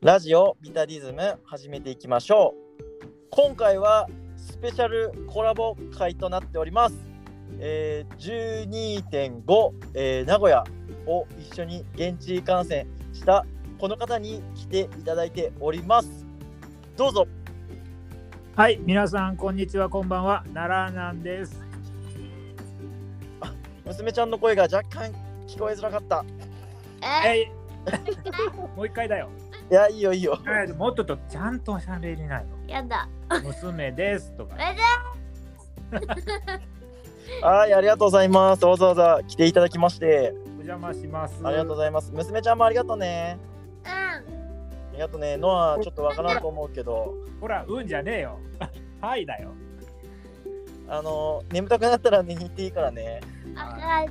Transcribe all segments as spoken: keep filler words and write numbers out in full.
ラジオビタディズム始めていきましょう。今回はスペシャルコラボ会となっております。えー、じゅうにてんご、えー、名古屋を一緒に現地観戦したこの方に来ていただいております。どうぞ。 はい、皆さんこんにちは、こんばんは。奈良なんです。 あ、娘ちゃんの声が若干聞こえづらかった。 えいもう一回だよ。 いや、いいよいいよ。 もっととちゃんと喋りないの。 やだ。 娘ですとか。 はい、ありがとうございます。わざわざ来ていただきましてお邪魔します。 ありがとうございます。娘ちゃんもありがとうね。 うん。 ありがとうね。ノアちょっとわからんと思うけど、 ほら、うんじゃねえよ。はいだよ。 あの眠たくなったら寝に行っていいからね。 わかった。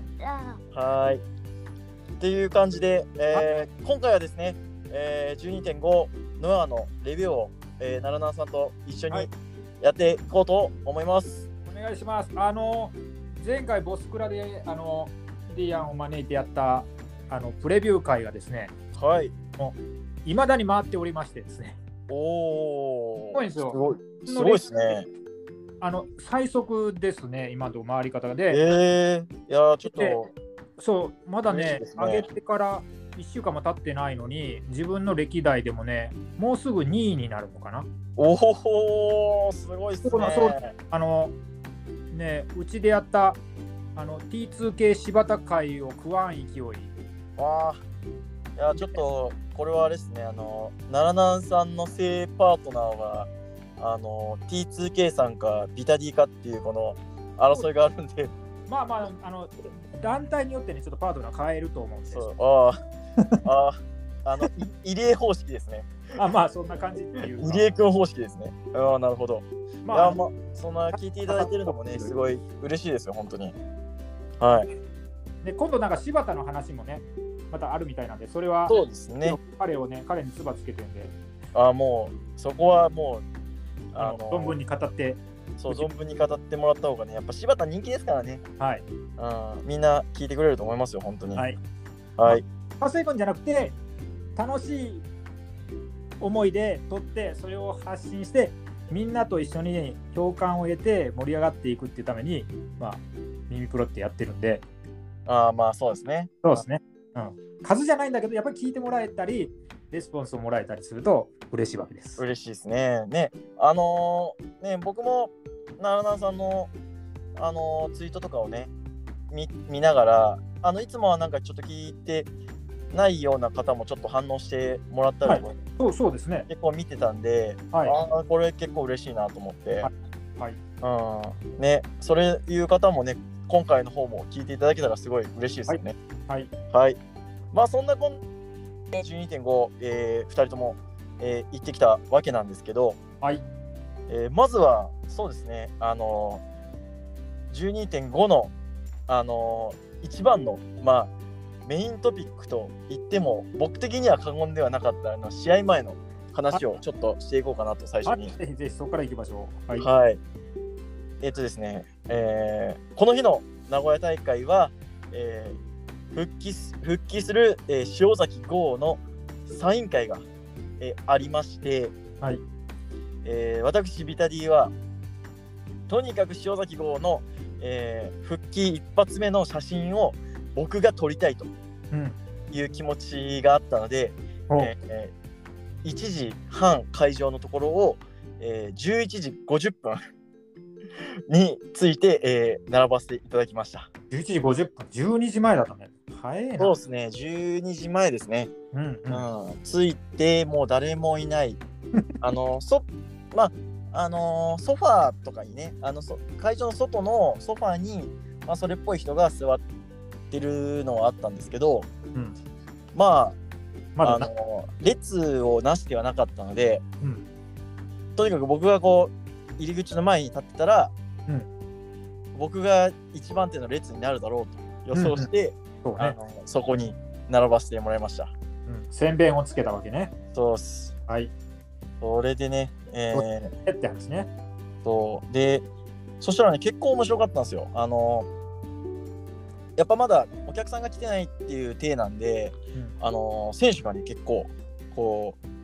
はーい。っていう感じで、えー、今回はですね、えー、じゅうにてんご ノアのレビューを、えー、奈良南さんと一緒にやっていこうと思います。 はい、お願いします。あの前回ボスクラであのディアンを招いてやったあのプレビュー会がですね、 はい。 もう未だに回っておりましてですね。 おお。 すごいですよ。 すごい。すごいですね。 あの最速ですね、今の回り方で。 えー、いやちょっとそう、まだね、 ね上げてからいっしゅうかんも経ってないのに、自分の歴代でもね、もうすぐにいになるのかな。 おお、すごいっすね。 そうそうあのね、うちでやったあの ティーツー 系柴田会を食わん勢い。 わあ、いやちょっとこれはあれですね、あの奈良南さんの正パートナーはあの ティーツー 系さんかビタディかっていうこの争いがあるんで、 まあまあ、あの団体によってね、ちょっとパートナー変えると思うんですそう、ああ、あの入江方式ですね。 あ、まあそんな感じっていう入江君方式ですね。ああ、なるほど。 まあ、 いや、まあ、そんな聞いていただいてるのもね、すごい嬉しいですよ、本当に。はい。 で、今度なんか柴田の話もね、またあるみたいなんで、それはそうですね。 彼をね、彼に唾つけてるんで、 ああ、もうそこはもうあの存分に語って。 そう、存分に語ってもらった方がね、やっぱ柴田人気ですからね。 はい。 うん、みんな聞いてくれると思いますよ、本当に。 はい。 はい。 稼ぐんじゃなくて、楽しい思いで撮って、それを発信して、みんなと一緒に共感を得て盛り上がっていくっていうために、まあ、耳プロってやってるんで。 ああ、まあそうですね。 そうですね。うん。数じゃないんだけど、やっぱり聞いてもらえたり、レスポンスをもらえたりすると嬉しいわけです。 嬉しいですね。ね、あのー、ね、僕も奈良南さんの、あのー、ツイートとかをね、見, 見ながら、あのいつもはなんかちょっと聞いてないような方もちょっと反応してもらったりも、 はい、そうそうですね。 結構見てたんで、はい、ああ、これ結構嬉しいなと思って、はいはい、うん、ね、それいう方もね、今回の方も聞いていただけたらすごい嬉しいですよね。 はい。 はい。はい、まあそんなこんじゅうにてんご、えー、ふたりとも、えー、行ってきたわけなんですけど、 はい、 えー、まずはそうですね、あのー、じゅうにてんご の、あのー、一番の、まあ、メイントピックと言っても僕的には過言ではなかったあの試合前の話をちょっとしていこうかなと最初に。 ぜひぜひそこから行きましょう。はい。 はい、えっとですね、えー、この日の名古屋大会は、えー復帰す、復帰する、えー、塩崎豪のサイン会が、えー、ありまして、 はい、 えー、私ビタディはとにかく塩崎豪の、えー、復帰一発目の写真を僕が撮りたいという気持ちがあったので、うん、えー、いちじはん会場のところを、えー、じゅういちじごじゅっぷんについて、えー、並ばせていただきました。 じゅういちじごじゅっぷん、じゅうにじまえだったね。早いな。 そうですね、じゅうにじまえですね。 うんうんうん、ついてもう誰もいないあのそまああのー、ソファーとかにね、あのそ会場の外のソファーに、まあ、それっぽい人が座ってるのはあったんですけど、うん、まあ、まだあのー、列をなしてはなかったので、うん、とにかく僕がこう入り口の前に立ってたら、うん、僕が一番手の列になるだろうと予想して、うんそうね、あのそこに並ばせてもらいました。 うん、宣伝をつけたわけね。 そうっす。 はい。 それでね、えー、って話ね。 そうで、そしたらね、結構面白かったんですよ。あのやっぱまだお客さんが来てないっていう体なんで、うん、あの選手がね結構こう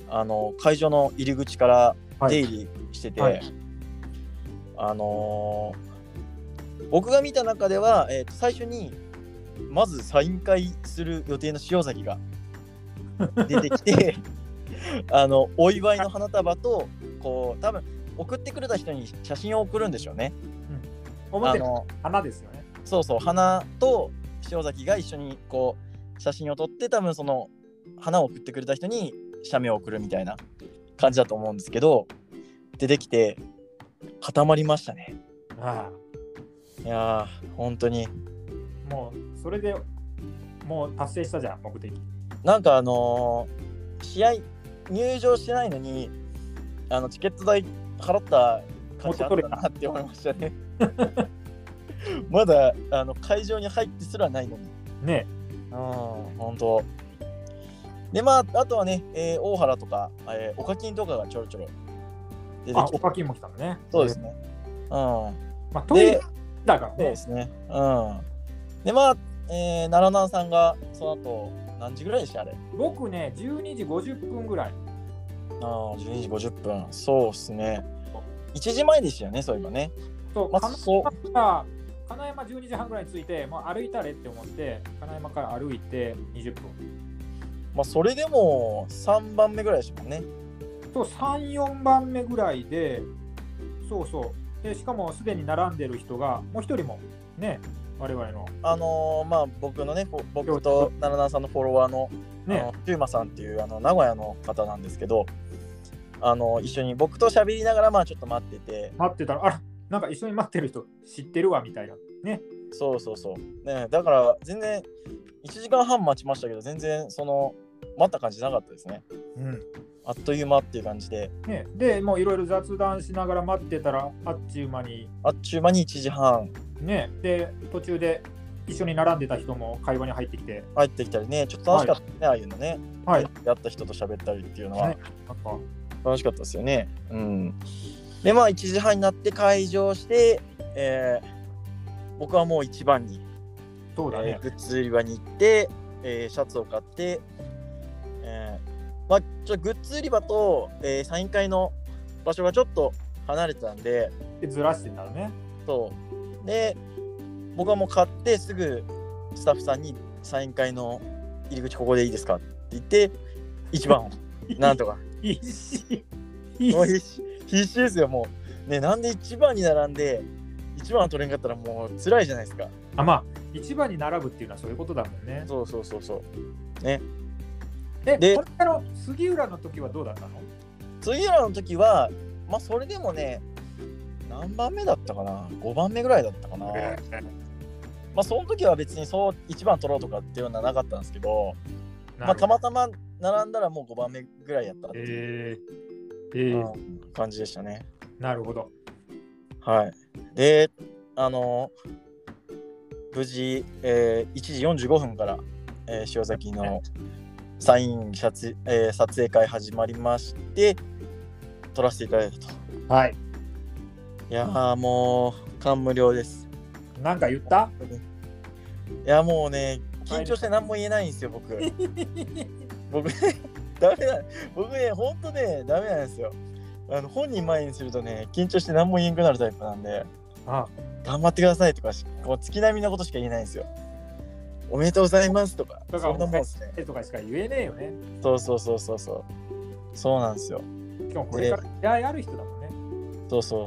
あの会場の入り口から出入りしてて、 はいはい、 あのー、僕が見た中では、えー、と最初にまずサイン会する予定の塩崎が出てきてあのお祝いの花束とこう多分送ってくれた人に写真を送るんでしょうね、 うん、表の花ですよね。 そうそう、花と塩崎が一緒にこう写真を撮って、多分その花を送ってくれた人に写メを送るみたいな感じだと思うんですけど、出てきて固まりましたね。 ああ、いやー本当にもうそれでもう達成したじゃん、目的。 なんかあのー、試合入場してないのにあのチケット代払った価値あったなって思いましたねまだあの会場に入ってすらないのにね。 うん、本当で、まああとはね、えー、大原とか、えー、オカキンとかがちょろちょろ出てきて、 あ、オカキンも来たのね。 そうですね、うん、 まあトイレだからね。 そうですね、うんでまあ、えー、奈良南さんがその後何時ぐらいでしたあれ？ 僕ね、じゅうにじごじゅっぷんぐらい。 ああ、じゅうにじごじゅっぷん。そうっすね。いちじまえでしたよね、そういえばね。 そう、 まあ、 金そう山金山じゅうにじはんぐらいに着いて、もう歩いたれって思って、金山から歩いてにじゅっぷん。 まあ、それでもさんばんめぐらいでしたもんね。 そう、さん、よんばんめぐらいで、そうそう。でしかもすでに並んでる人が、もう一人もね、我々の。 あのー、まあ僕のね、僕と奈良南さんのフォロワーの、 ね、 あのシューマさんっていうあの名古屋の方なんですけど、あの一緒に僕と喋りながらまあちょっと待ってて待ってたら、あら、なんか一緒に待ってる人知ってるわみたいなね。 そうそうそう、ね、だから全然いちじかんはん待ちましたけど、全然その待った感じなかったですね。 うん、 あっという間っていう感じで、 ね、でもういろいろ雑談しながら待ってたら、あっちゅう間にあっちゅう間にいちじはんね、で途中で一緒に並んでた人も会話に入ってきて入ってきたりね、ちょっと楽しかったね、はい、ああいうのね、 はい、 やった人と喋ったりっていうのは、 ね、なんか楽しかったですよね。うん。でまあいちじはんになって開場して、えー、僕はもう一番に、 そうだね、 えー、グッズ売り場に行って、えー、シャツを買って、えー、まあちょっとグッズ売り場と、えー、サイン会の場所がちょっと離れてたんで、 でずらしてたのね。 そうで僕はもう買ってすぐスタッフさんにサイン会の入り口ここでいいですかって言って一番をなんとか必死もう必死必死ですよ。もうね、なんで一番に並んで一番取れんかったらもう辛いじゃないですか。 あ、まあ一番に並ぶっていうのはそういうことだもんね。 そうそうそうそうね。 え、 でこれの杉浦の時はどうだったの？ 杉浦の時はまあそれでもね、何番目だったかな、ごばんめぐらいだったかな。 えー、 まあその時は別にそう一番取ろうとかっていうのはなかったんですけど、まあたまたま並んだらもうごばんめぐらいやったっていう、 えーえーうん、感じでしたね。 なるほど。 はい。で、あのー、無事、えー、いちじよんじゅうごふんから、えー、塩崎のサインシャツ、えー、撮影会始まりまして、撮らせていただいたと。 はい。 いやーもう感無量です。 なんか言った？ いやもうね、緊張して何も言えないんですよ、僕。僕ね、ダメだ。僕ね、ほんとね、ダメなんですよ。あの本人前にするとね、緊張して何も言えんくなるタイプなんで、 あ頑張ってくださいとか、こう月並みなことしか言えないんですよ。おめでとうございますとか、 だからそんなもんですね。 とかしか言えねえよね。 そうそうそうそうそう。そうなんですよ。 しかもこれから出会いある人だもんね。 そうそう。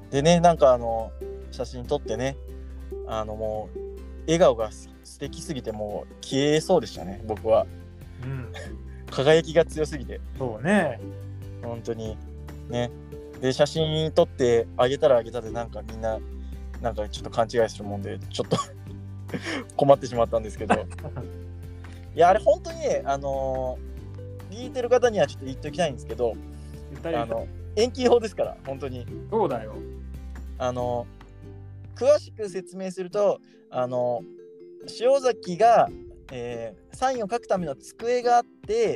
でね、なんかあの、写真撮ってね、あのもう、笑顔が素敵すぎてもう消えそうでしたね、僕は。 うん。 輝きが強すぎて。 そうね。 本当に。ね。で、写真撮ってあげたらあげたで、なんかみんな、なんかちょっと勘違いするもんで、ちょっと困ってしまったんですけど。いや、あれ本当にね、あのー、聞いてる方にはちょっと言っておきたいんですけど、あの延期法ですから、本当に。 そうだよ。 あの詳しく説明すると、あの塩崎が、えー、サインを書くための机があって、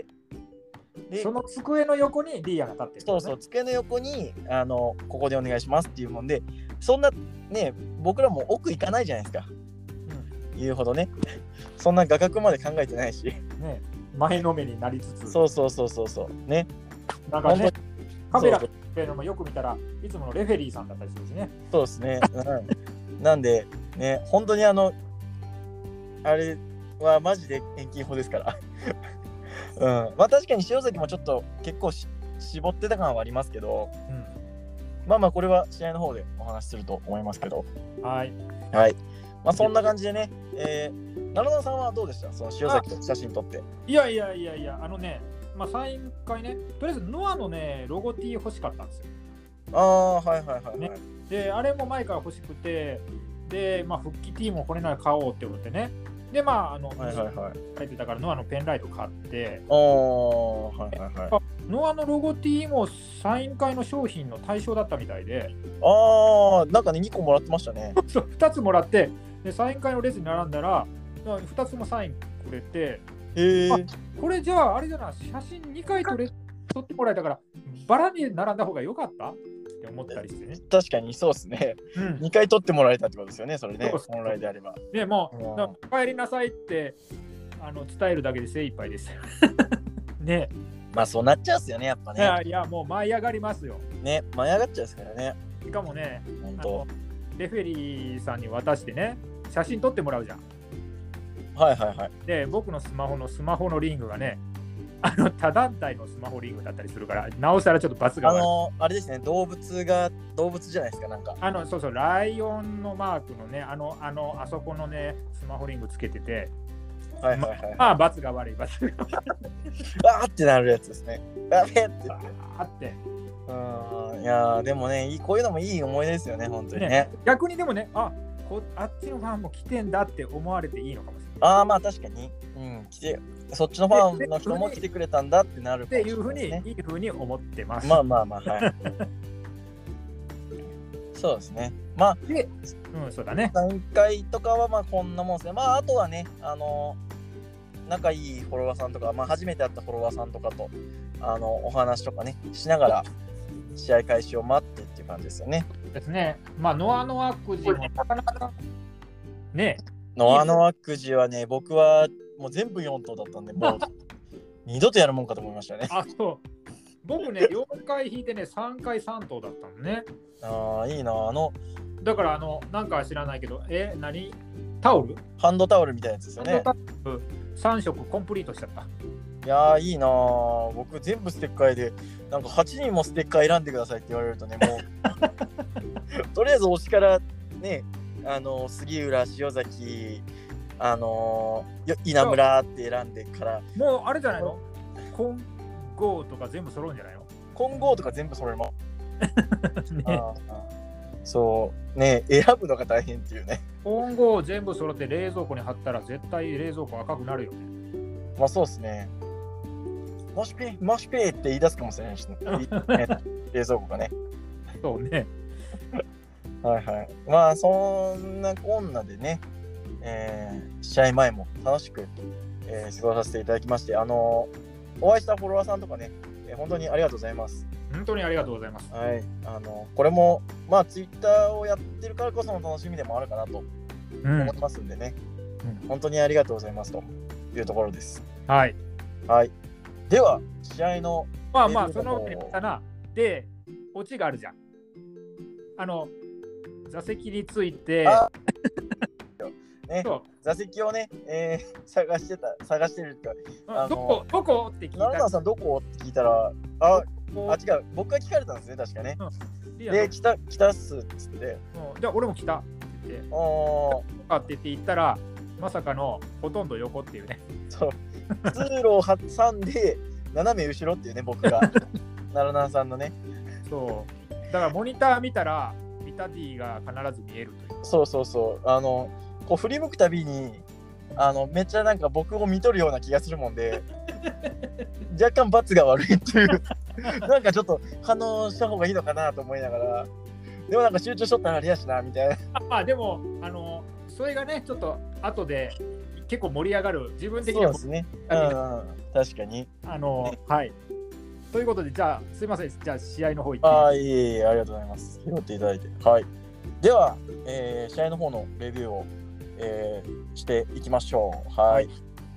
でその机の横にリーヤが立ってる、ね、 そうそう、机の横にあのここでお願いしますっていうもんで、そんなね、僕らも奥行かないじゃないですか、うん、言うほどね。そんな画角まで考えてないし、 ね、 前のめりになりつつ、 そうそうそうそうそうね。 なんかね、カメラそうっていうのもよく見たらいつものレフェリーさんだったりするしね。 そうですね。うん、なんでね、本当にあのあれはマジで遠近法ですから。うん、まあ確かに塩崎もちょっと結構し絞ってた感はありますけど、 うん、 まあまあこれは試合の方でお話しすると思いますけど、 はい。 はい。まあそんな感じでね、えー、奈良田さんはどうでした？その塩崎と写真撮って。 いやいやいやいや、あのね、まあサイン会ね、とりあえずノアのね、ロゴ T 欲しかったんですよ。 ああ、はいはいはいはい。 ね、で、あれも前から欲しくて、で、まあ復帰 T もこれなら買おうって思ってね。で、まあ、あの、 はいはいはい。 書いてたからノアのペンライト買って、 ああ、はいはいはい。 ノアのロゴ T もサイン会の商品の対象だったみたいで、 ああ、なんかね、にこもらってましたね。 そうふたつもらって、でサイン会の列に並んだら、ふたつもサインくれて、 へえ。 これじゃあ、あれじゃな、写真にかい撮れ撮ってもらえたから、バラに並んだ方が良かったって思ったりしてね。 確かにそうですね。うん、にかい撮ってもらえたってことですよね、それね、本来であれば。 ね、もう、帰りなさいってあの伝えるだけで精一杯ですよ。ね。 まあそうなっちゃうんですよね、やっぱね。 いやいや、もう舞い上がりますよ。 ね、舞い上がっちゃうんですからね。 しかもね、 本当レフェリーさんに渡してね、写真撮ってもらうじゃん。 はいはいはい。 で、僕のスマホのスマホのリングがね、あの他団体のスマホリングだったりするから、なおさらちょっと罰が悪い。 あのー、あれですね、動物が、動物じゃないですか、なんか。 あの、そうそう、ライオンのマークのね、あの、あの、あそこのね、スマホリングつけてて、 はいはいはい。 まあ、罰が悪い、罰が悪い。 あーってなるやつですね。やべえって言って。 あって。 うん、いやでもね、こういうのもいい思い出ですよね、本当にね。ね、 逆にでもね、あこあっちのファンも来てんだって思われていいのかもしれない。 ああ、まあ確かに。うん、来て、そっちのファンの人も来てくれたんだってなるかもしれない、ね。っていうふうに、いいふうに思ってます。 まあまあまあ、はい。そうですね。まあ、 で、うん、そうだね。 サイン会とかはまあこんなもんですね。まあ、あとはね、あのー、仲いいフォロワーさんとか、まあ、初めて会ったフォロワーさんとかと、あの、お話とかね、しながら、試合開始を待ってっていう感じですよね。 ですね。まあ、ノアノアクジもなかなかね。 ノアノアクジはね、僕はもう全部よん頭だったんで、もう二度とやるもんかと思いましたね。 あ、そう。僕ね、よんかい引いてね、さんかいさん頭だったのね。 ああ、いいな。あの、 だから、あの、なんかは知らないけど、え、何タオルハンドタオルみたいなやつですよね。 ハンドタオルさん色コンプリートしちゃった。 いやー、いいなー。僕全部ステッカーで、なんかはちにんもステッカー選んでくださいって言われるとね、もう、とりあえず推しからね、あのー、杉浦、塩崎、あのー、稲村って選んでから。 もうあれじゃないの混合とか全部揃うんじゃないの混合とか全部揃えます。 ね、 あそうね、選ぶのが大変っていうね。 混合全部揃って冷蔵庫に貼ったら絶対冷蔵庫赤くなるよね。 まあそうですね。モシペイ、モシペイって言い出すかもしれないし、ね、冷蔵庫がね。 そうね。 はいはい。まあそんなこんなでね、えー、試合前も楽しく、えー、過ごさせていただきまして、あのー、お会いしたフォロワーさんとかね、えー、本当にありがとうございます。 本当にありがとうございます。 はい。あのー、これも、まあツイッターをやってるからこその楽しみでもあるかなと思いますんでね、うん、本当にありがとうございますというところです。 はい。 はい。では、試合の。 まあまあ、その上かな。で、オチがあるじゃん。あの、座席について、 ね、座席をね、えー、探してた、探してるか、 うん、あのどこ、どこって聞いたら。 奈良さん、どこって聞いたら、あ、あ、違う、僕が聞かれたんですね、確かね。うん、で、来た、来たっすっつって。 うん、じゃあ、俺も来たって言って。ああ。って言って言ったら、まさかのほとんど横っていうね。 そう。通路を挟んで、斜め後ろっていうね、僕が。奈良さんのね。 そう。だからモニター見たら、ビタディが必ず見えるという。 そうそうそう。あの、こう振り向くたびに、あの、めっちゃなんか僕を見とるような気がするもんで、若干罰が悪いっていう、なんかちょっと反応した方がいいのかなと思いながら、でもなんか集中しとったらあれやしな、みたいな。 まあでも、あの、それがね、ちょっと後で結構盛り上がる、自分的には。 そうですね。うん、確かに。 あの、ね、はい。ということで、じゃあ、すいません。じゃあ、試合の方行って。 ああ、いえいえ、ありがとうございます。拾っていただいて。はい。では、えー、試合の方のレビューを、えー、していきましょう。はい。はい、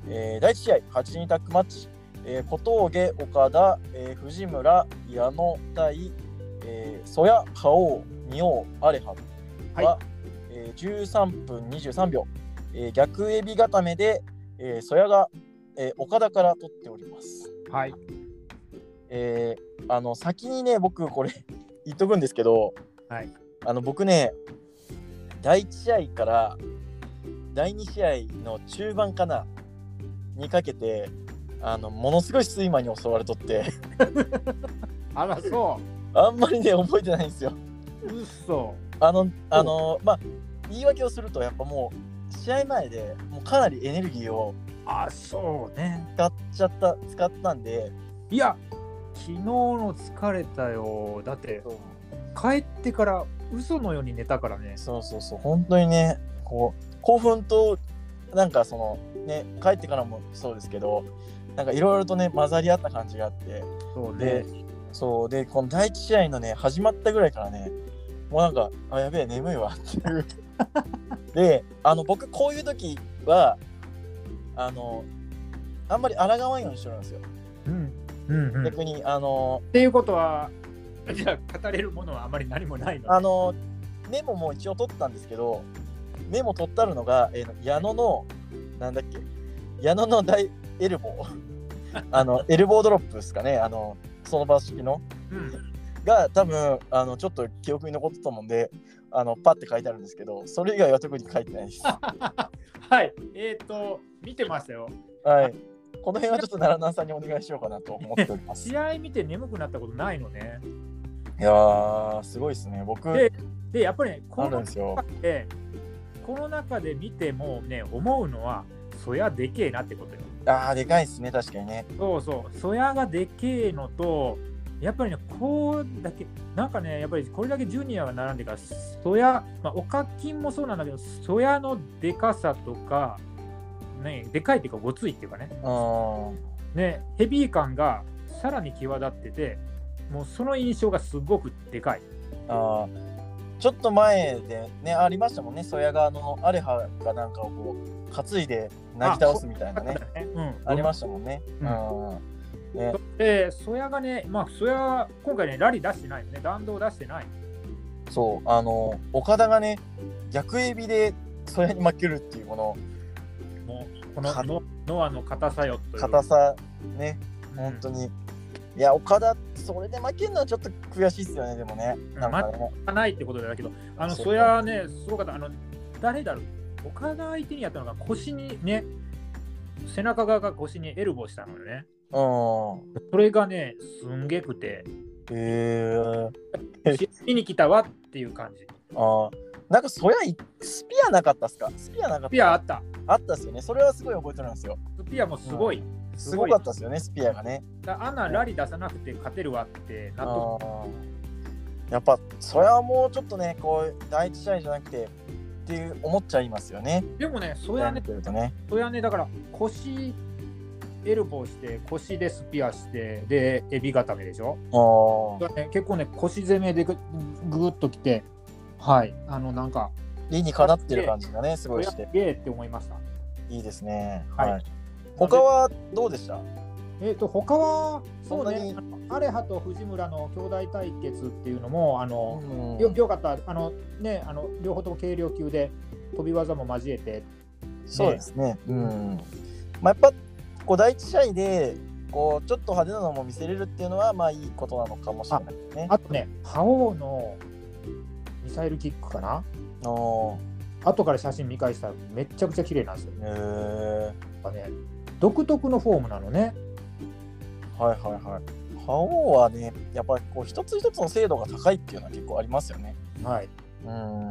えー、だいいち試合はちにんタッグマッチ、えー、小峠岡田、えー、藤村矢野対、えー、曽谷覇王仁王アレハは、はい、えー、じゅうさんぷんにじゅうさんびょう、えー、逆エビ固めで、えー、曽谷が、えー、岡田から取っております。 はい。 えー、あの先にね僕これ言っとくんですけど、 はい、 あの僕ねだいいち試合からだいに試合の中盤かなにかけてあのものすごい睡魔に襲われとってあらそうあんまりね覚えてないんですよ。 うっそあのあのまあ言い訳をするとやっぱもう試合前でもうかなりエネルギーをあそうね使っちゃった使ったんで、 いや昨日の疲れたよ。だって帰ってから嘘のように寝たからね。 そうそうそう本当にねこう興奮となんかそのね帰ってからもそうですけどなんかいろいろとね混ざり合った感じがあって、 そうね、 でそうでこのだいいち試合のね始まったぐらいからねもうなんかあやべえ眠いわっていうであの僕こういう時はあのあんまり抗わんようにしてるんですよ。 うんうんうん、 逆にあのっていうことはじゃあ語れるものはあまり何もないの、ね、 あのメモも一応取ったんですけどメモ取ったのが、えー、矢野のなんだっけ矢野の大エルボーあのエルボードロップですかねあのその場式の、うん、が多分あのちょっと記憶に残ってたもんであのパッて書いてあるんですけどそれ以外は特に書いてないですはいえっ、ー、と見てましたよ。 はいこの辺はちょっと奈良南さんにお願いしようかなと思っております試合見て眠くなったことないのね。 いやーすごいですね僕ででやっぱりねこの中でこの中で見てもね思うのはそやでけえなってことよ。 あーでかいですね確かにね。 そうそうそやがでけえのとやっぱりねこうだけなんかねやっぱりこれだけジュニアが並んでからそやまあおかきんもそうなんだけどそやのでかさとかねでかいっていうかごついっていうかねねヘビー感がさらに際立っててもうその印象がすごくでかい。 あちょっと前でねありましたもんねソヤがのアレハがなんかをこう担いでなぎ倒すみたいな ね, ね、うん、ありましたもんね。うんうんねでソヤがねまあソヤ今回ねラリー出してないよね弾道出してない。 そうあの岡田がね逆エビでソヤに負けるっていうこのもうこの ノ, ノアの硬さよという硬さね本当に、うんいや岡田それで負けるのはちょっと悔しいですよねでもね。 なんかねまないってことだけどあのそりゃねすごかったあの誰だろう岡田相手にやったのが腰にね背中側が腰にエルボーしたのよね。うんそれがねすんげくてへえ見に来たわっていう感じ。 あなんかそりゃスピアなかったっすかスピアなかったスピアあったあったっすよね。それはすごい覚えてるんですよ。 スピアもすごい、うんすごかったですよねスピアがね。 だあんなラリ出さなくて勝てるわってなっとやっぱそれはもうちょっとねこうだいいち試合じゃなくてっていう思っちゃいますよね。 でもねそやねそやねだから腰エルボーして腰でスピアしてでエビ固めでしょ。あ、ね、結構ね腰攻めでぐぐっときてはいあのなんか理にかなってる感じがねすごいしてゲーって思いました。 いいですね。はい、はい他はどうでした？ えーと他はそうねアレハと藤村の兄弟対決っていうのもあの、うん、よ, よかったあのねあの両方とも軽量級で飛び技も交えて、ね、 そうですね。うん。まあやっぱこうだいいち試合でこうちょっと派手なのも見せれるっていうのはまあいいことなのかもしれないですね。 あ, あとね覇王のミサイルキックかな。あ後から写真見返したらめっちゃくちゃ綺麗なんですよ。へーね独特のフォームなのね。 はいはいはい。覇王はね、やっぱりこう一つ一つの精度が高いっていうのは結構ありますよね。はい。うん。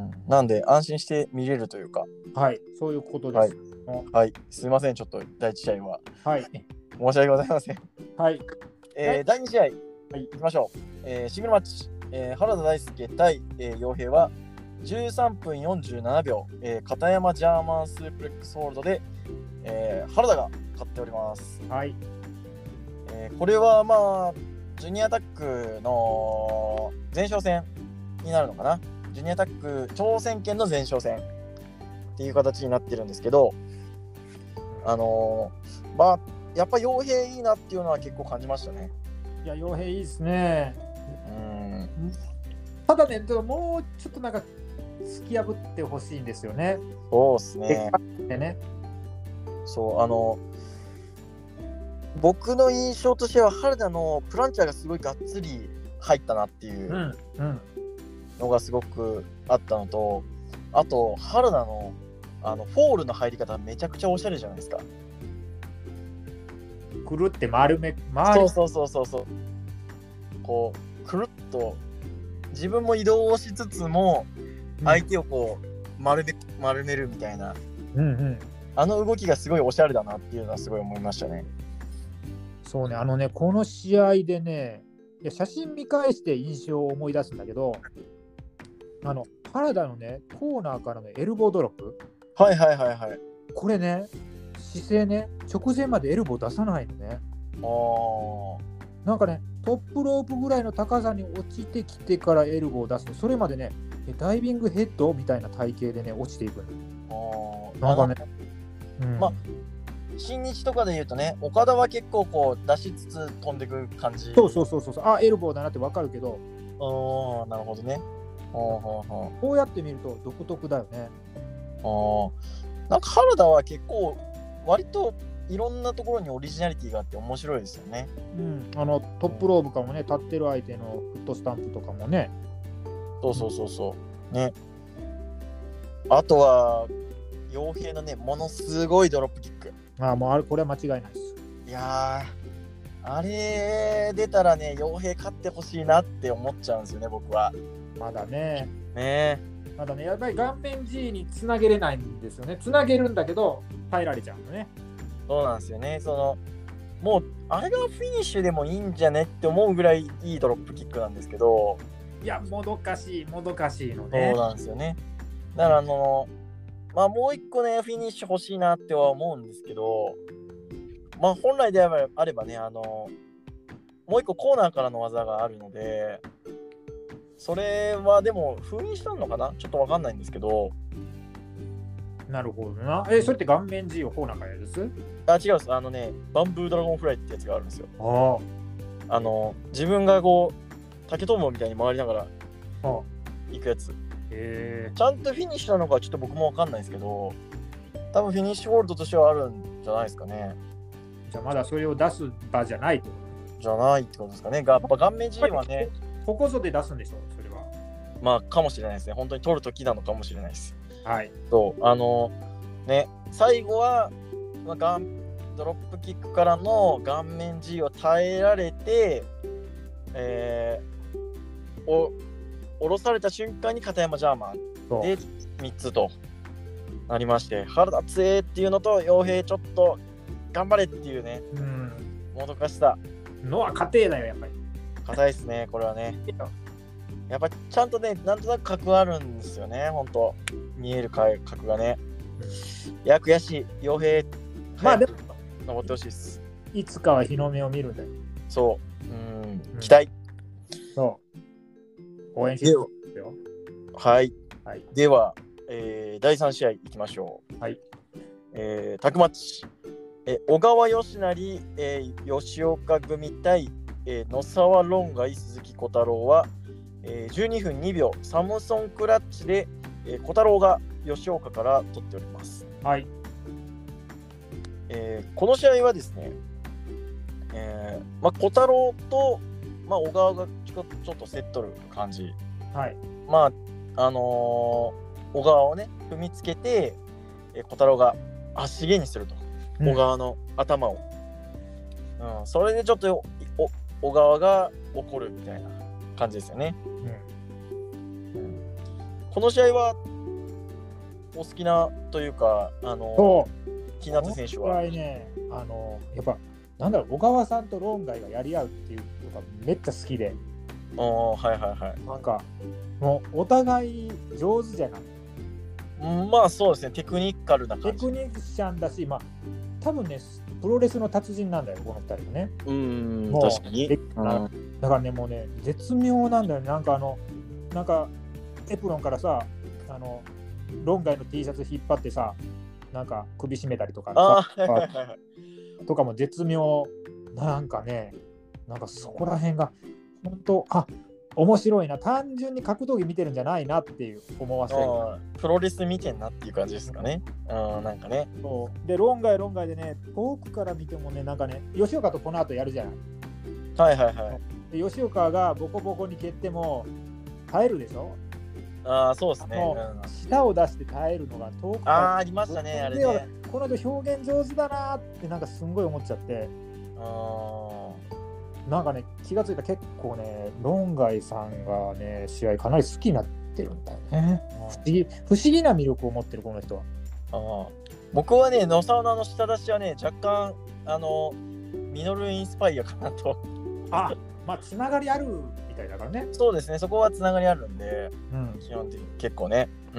なんで安心して見れるというか。 はい、そういうことです。 はい。はい、すみません、ちょっとだいいち試合は。はい。申し訳ございません。 はい。 えーはい、だいに試合、はい、いきましょう。えー、シングルマッチ、えー、原田大輔対、えー、陽平はじゅうさんぷんよんじゅうななびょう、えー、片山ジャーマンスープレックスホールドで、えー、原田が勝っております。はい。えー、これはまあジュニアタックの前哨戦になるのかな。ジュニアタック挑戦権の前哨戦っていう形になってるんですけど、 あのー、まあやっぱ傭兵いいなっていうのは結構感じましたね。 いや、傭兵いいですね。 うん。 ただね、もうちょっとなんか突き破ってほしいんですよね。 そうですね。 でね。 そう、あの僕の印象としては原田のプランチャーがすごいがっつり入ったなっていうのがすごくあったのと、あと原田のあのフォールの入り方めちゃくちゃおしゃれじゃないですか。 くるって丸め回る。 そうそうそうそうこうくるっと自分も移動しつつも相手をこう丸め丸めるみたいな、 うんうん、 あの動きがすごいおしゃれだなっていうのはすごい思いましたね。 そうね、あのね、この試合でね、いや写真見返して印象を思い出すんだけど、あの原田のね、コーナーからのエルボードロップ。 はいはいはいはい。 これね、姿勢ね、直前までエルボー出さないのね。 あなんかね、トップロープぐらいの高さに落ちてきてからエルボーを出すの。それまでね、ダイビングヘッドみたいな体型でね、落ちていくの。あなんかね、 うん、まあ新日とかで言うとね、岡田は結構こう出しつつ飛んでく感じ。 そうそうそうそう、あ、エルボーだなって分かるけど。 ああ、なるほどね。 こうやって見ると独特だよね。 あなんか原田は結構割といろんなところにオリジナリティがあって面白いですよね。 うん、あのトップローブかもね、立ってる相手のフットスタンプとかもね。 そうそうそうそうね。あとは傭兵のね、ものすごいドロップキック。 ああ、もうあれこれは間違いないです。 いやー、あれ出たらね、傭兵勝ってほしいなって思っちゃうんですよね、僕は。 まだね。 ねまだね、やっぱり顔面 G につなげれないんですよね。つなげるんだけど、耐えられちゃうのね。 そうなんですよね。そのもうあれがフィニッシュでもいいんじゃねって思うぐらいいいドロップキックなんですけど、 いや、もどかしい、もどかしいのね。 そうなんですよね。だからあの、まあもう一個ね、フィニッシュ欲しいなっては思うんですけど、まあ本来であればね、あの、もう一個コーナーからの技があるので、それはでも封印したのかな、ちょっとわかんないんですけど。 なるほどな。え、それって顔面 G をコーナーからやるんです？ あ、違うんです。あのね、バンブードラゴンフライってやつがあるんですよ。 ああの、自分がこう、竹とんぼみたいに回りながら行くやつ。 へちゃんとフィニッシュなのかちょっと僕もわかんないですけど、多分フィニッシュホールドとしてはあるんじゃないですかね。 じゃあまだそれを出す場じゃないと。 じゃないってことですかね。やっぱ顔面 G はね、 ここぞで出すんでしょ、それは。 まあ、かもしれないですね。本当に取るときなのかもしれないです。 はい。 そう、あの、ね、最後は、まあ、ガンドロップキックからの顔面 G を耐えられて、えー、お下ろされた瞬間に片山ジャーマンでみっつとなりまして、原田強えっていうのと、傭兵ちょっと頑張れっていうね、うん、もどかしさ。 のは家庭だよ、やっぱり。 硬いですね、これはね。やっぱちゃんとね、なんとなく格あるんですよね、ほんと。見える格がね。いや、悔しい。傭兵、 まあでも、 登ってほしいです。 いつかは日の目を見るんだよ。 そう。うん、うん、期待。 そう。応援してるよ。 はい。 はい、 では、えー、だいさん試合いきましょう。はい。 えー、タクマッチ。え小川義成、えー、吉岡組対、えー、野沢論外鈴木小太郎は、えー、じゅうにふんにびょうサムソンクラッチで、えー、小太郎が吉岡から取っております。 はい。 えー、この試合はですね、えーまあ、小太郎と、まあ、小川がちょっと競っとる感じ。 はい。 まああのー、小川をね踏みつけて、えー、小太郎が足毛にすると。小川の頭を、うんうん、それでちょっと小川が怒るみたいな感じですよね、うんうん、この試合はお好きなというか、あの気になった選手は、 ね、あのやっぱなんだろう、小川さんと論外がやり合うっていうのがめっちゃ好きで、 おはいはいはい、 なんかもうお互い上手じゃない。 まあそうですね、テクニカルな感じ。 テクニシャンだし、まあ多分ね、プロレスの達人なんだよ、このふたりはね。 うーん、確かに。 だからね、もうね、絶妙なんだよね。なんかあの、なんかエプロンからさ、あの、論外の T シャツ引っ張ってさ、 なんか首絞めたりとかあーはいはいはいはいとかも絶妙なんかね、なんかそこら辺が本当あ面白いな、単純に格闘技見てるんじゃないなっていう思わせる。 あープロレス見てんなっていう感じですかね。あなんかね。 そうで論外論外でね、遠くから見てもね、なんかね、吉岡とこの後やるじゃない。 はいはいはい。 で吉岡がボコボコに蹴っても耐えるでしょ。 ああ、そうですね。 もうんう舌を出して耐えるのが遠くから。 ああ、ありましたね、あれね。 この人表現上手だなってなんかすんごい思っちゃって、 あなんかね気がついたら結構ね論外さんがね試合かなり好きになってるんだよね。不思議不思議な魅力を持ってるこの人は。 あー僕はね、野沢菜の下出しはね、若干、あの、ミノルインスパイアかなと。 あ、まあつながりあるみたいだからね。 そうですね、そこはつながりあるんで、 うん、 基本的に結構ね。うん。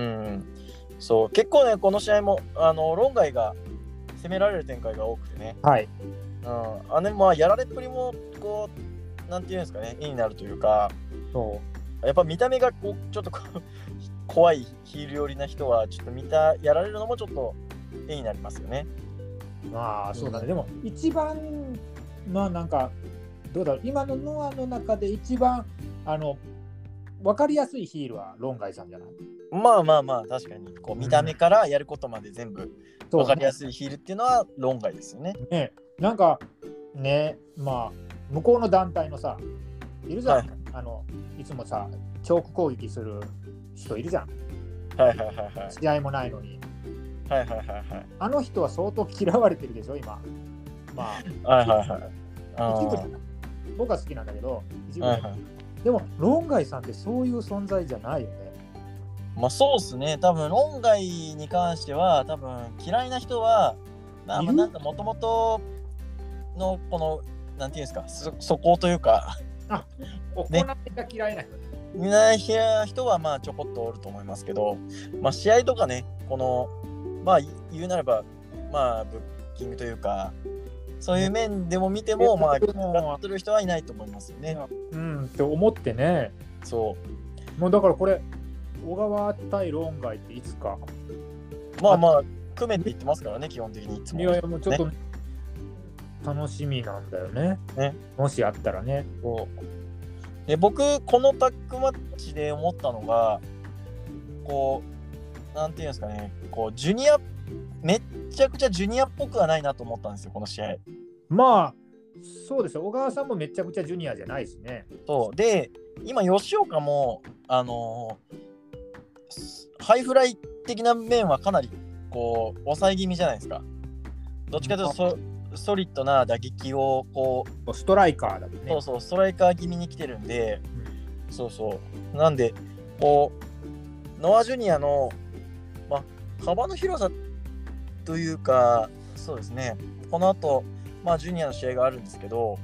そう、結構ね、この試合も、あの、論外が攻められる展開が多くてね。 はい。 うん。あね、まあ、やられっぷりも、こう、なんていうんですかね、絵になるというか、 そやっぱ見た目がこうちょっとこう怖いヒール寄りな人は、ちょっと見た、やられるのもちょっと絵になりますよね。 う。まあそうだね。 うんでも一番まあなんかどうだろう、今のノアの中で一番あの分かりやすいヒールは論外さんじゃない。 まあまあまあ、確かに、こう見た目からやることまで全部分かりやすいヒールっていうのは論外ですよね。 ね、なんかね、まあ向こうの団体のさいるじゃん、 はいあのいつもさチョーク攻撃する人いるじゃん、 はいはいはいはい。 試合もないのに。 はいはいはいはい。 あの人は相当嫌われてるでしょ今。まあはいはいはい。あ一部ー僕は好きなんだけど一部、 はいはい。 でも論外さんってそういう存在じゃないよね。 まあそうですね、多分論外に関しては、多分嫌いな人は、まあ、まあいるなんかもともとのこの、なんていうんですか、そそこというか、 行ねいが嫌いな人ね。 見ない人はまあちょこっとおると思いますけど、まあ試合とかね、この、まあ言うなれば、まあブッキングというか、そういう面でも見ても、まあ、 でもやってる人はいないと思いますよね。 うんって思ってね。 そう。 もうだからこれ小川対論外っていつか。 まあまあ、組めって言ってますからね、基本的にいつも。 いやいやもうちょっと、 ね楽しみなんだよね。 ねもしあったらね。 そうで僕、このタッグマッチで思ったのが、こう、なんていうんですかね、こう、ジュニア、めっちゃくちゃジュニアっぽくはないなと思ったんですよ、この試合。 まあそうですよ。小川さんもめちゃくちゃジュニアじゃないしね。 そうで、今、吉岡も、あのーハイフライ的な面はかなりこう抑え気味じゃないですか。どっちかというとそソリッドな打撃をこう、 ストライカーだもんね。 そうそう、ストライカー気味に来てるんで、そうそう。なんで、こう、ノア・ジュニアの、まあ、幅の広さというか、そうですね、この後、まあ、ジュニアの試合があるんですけど、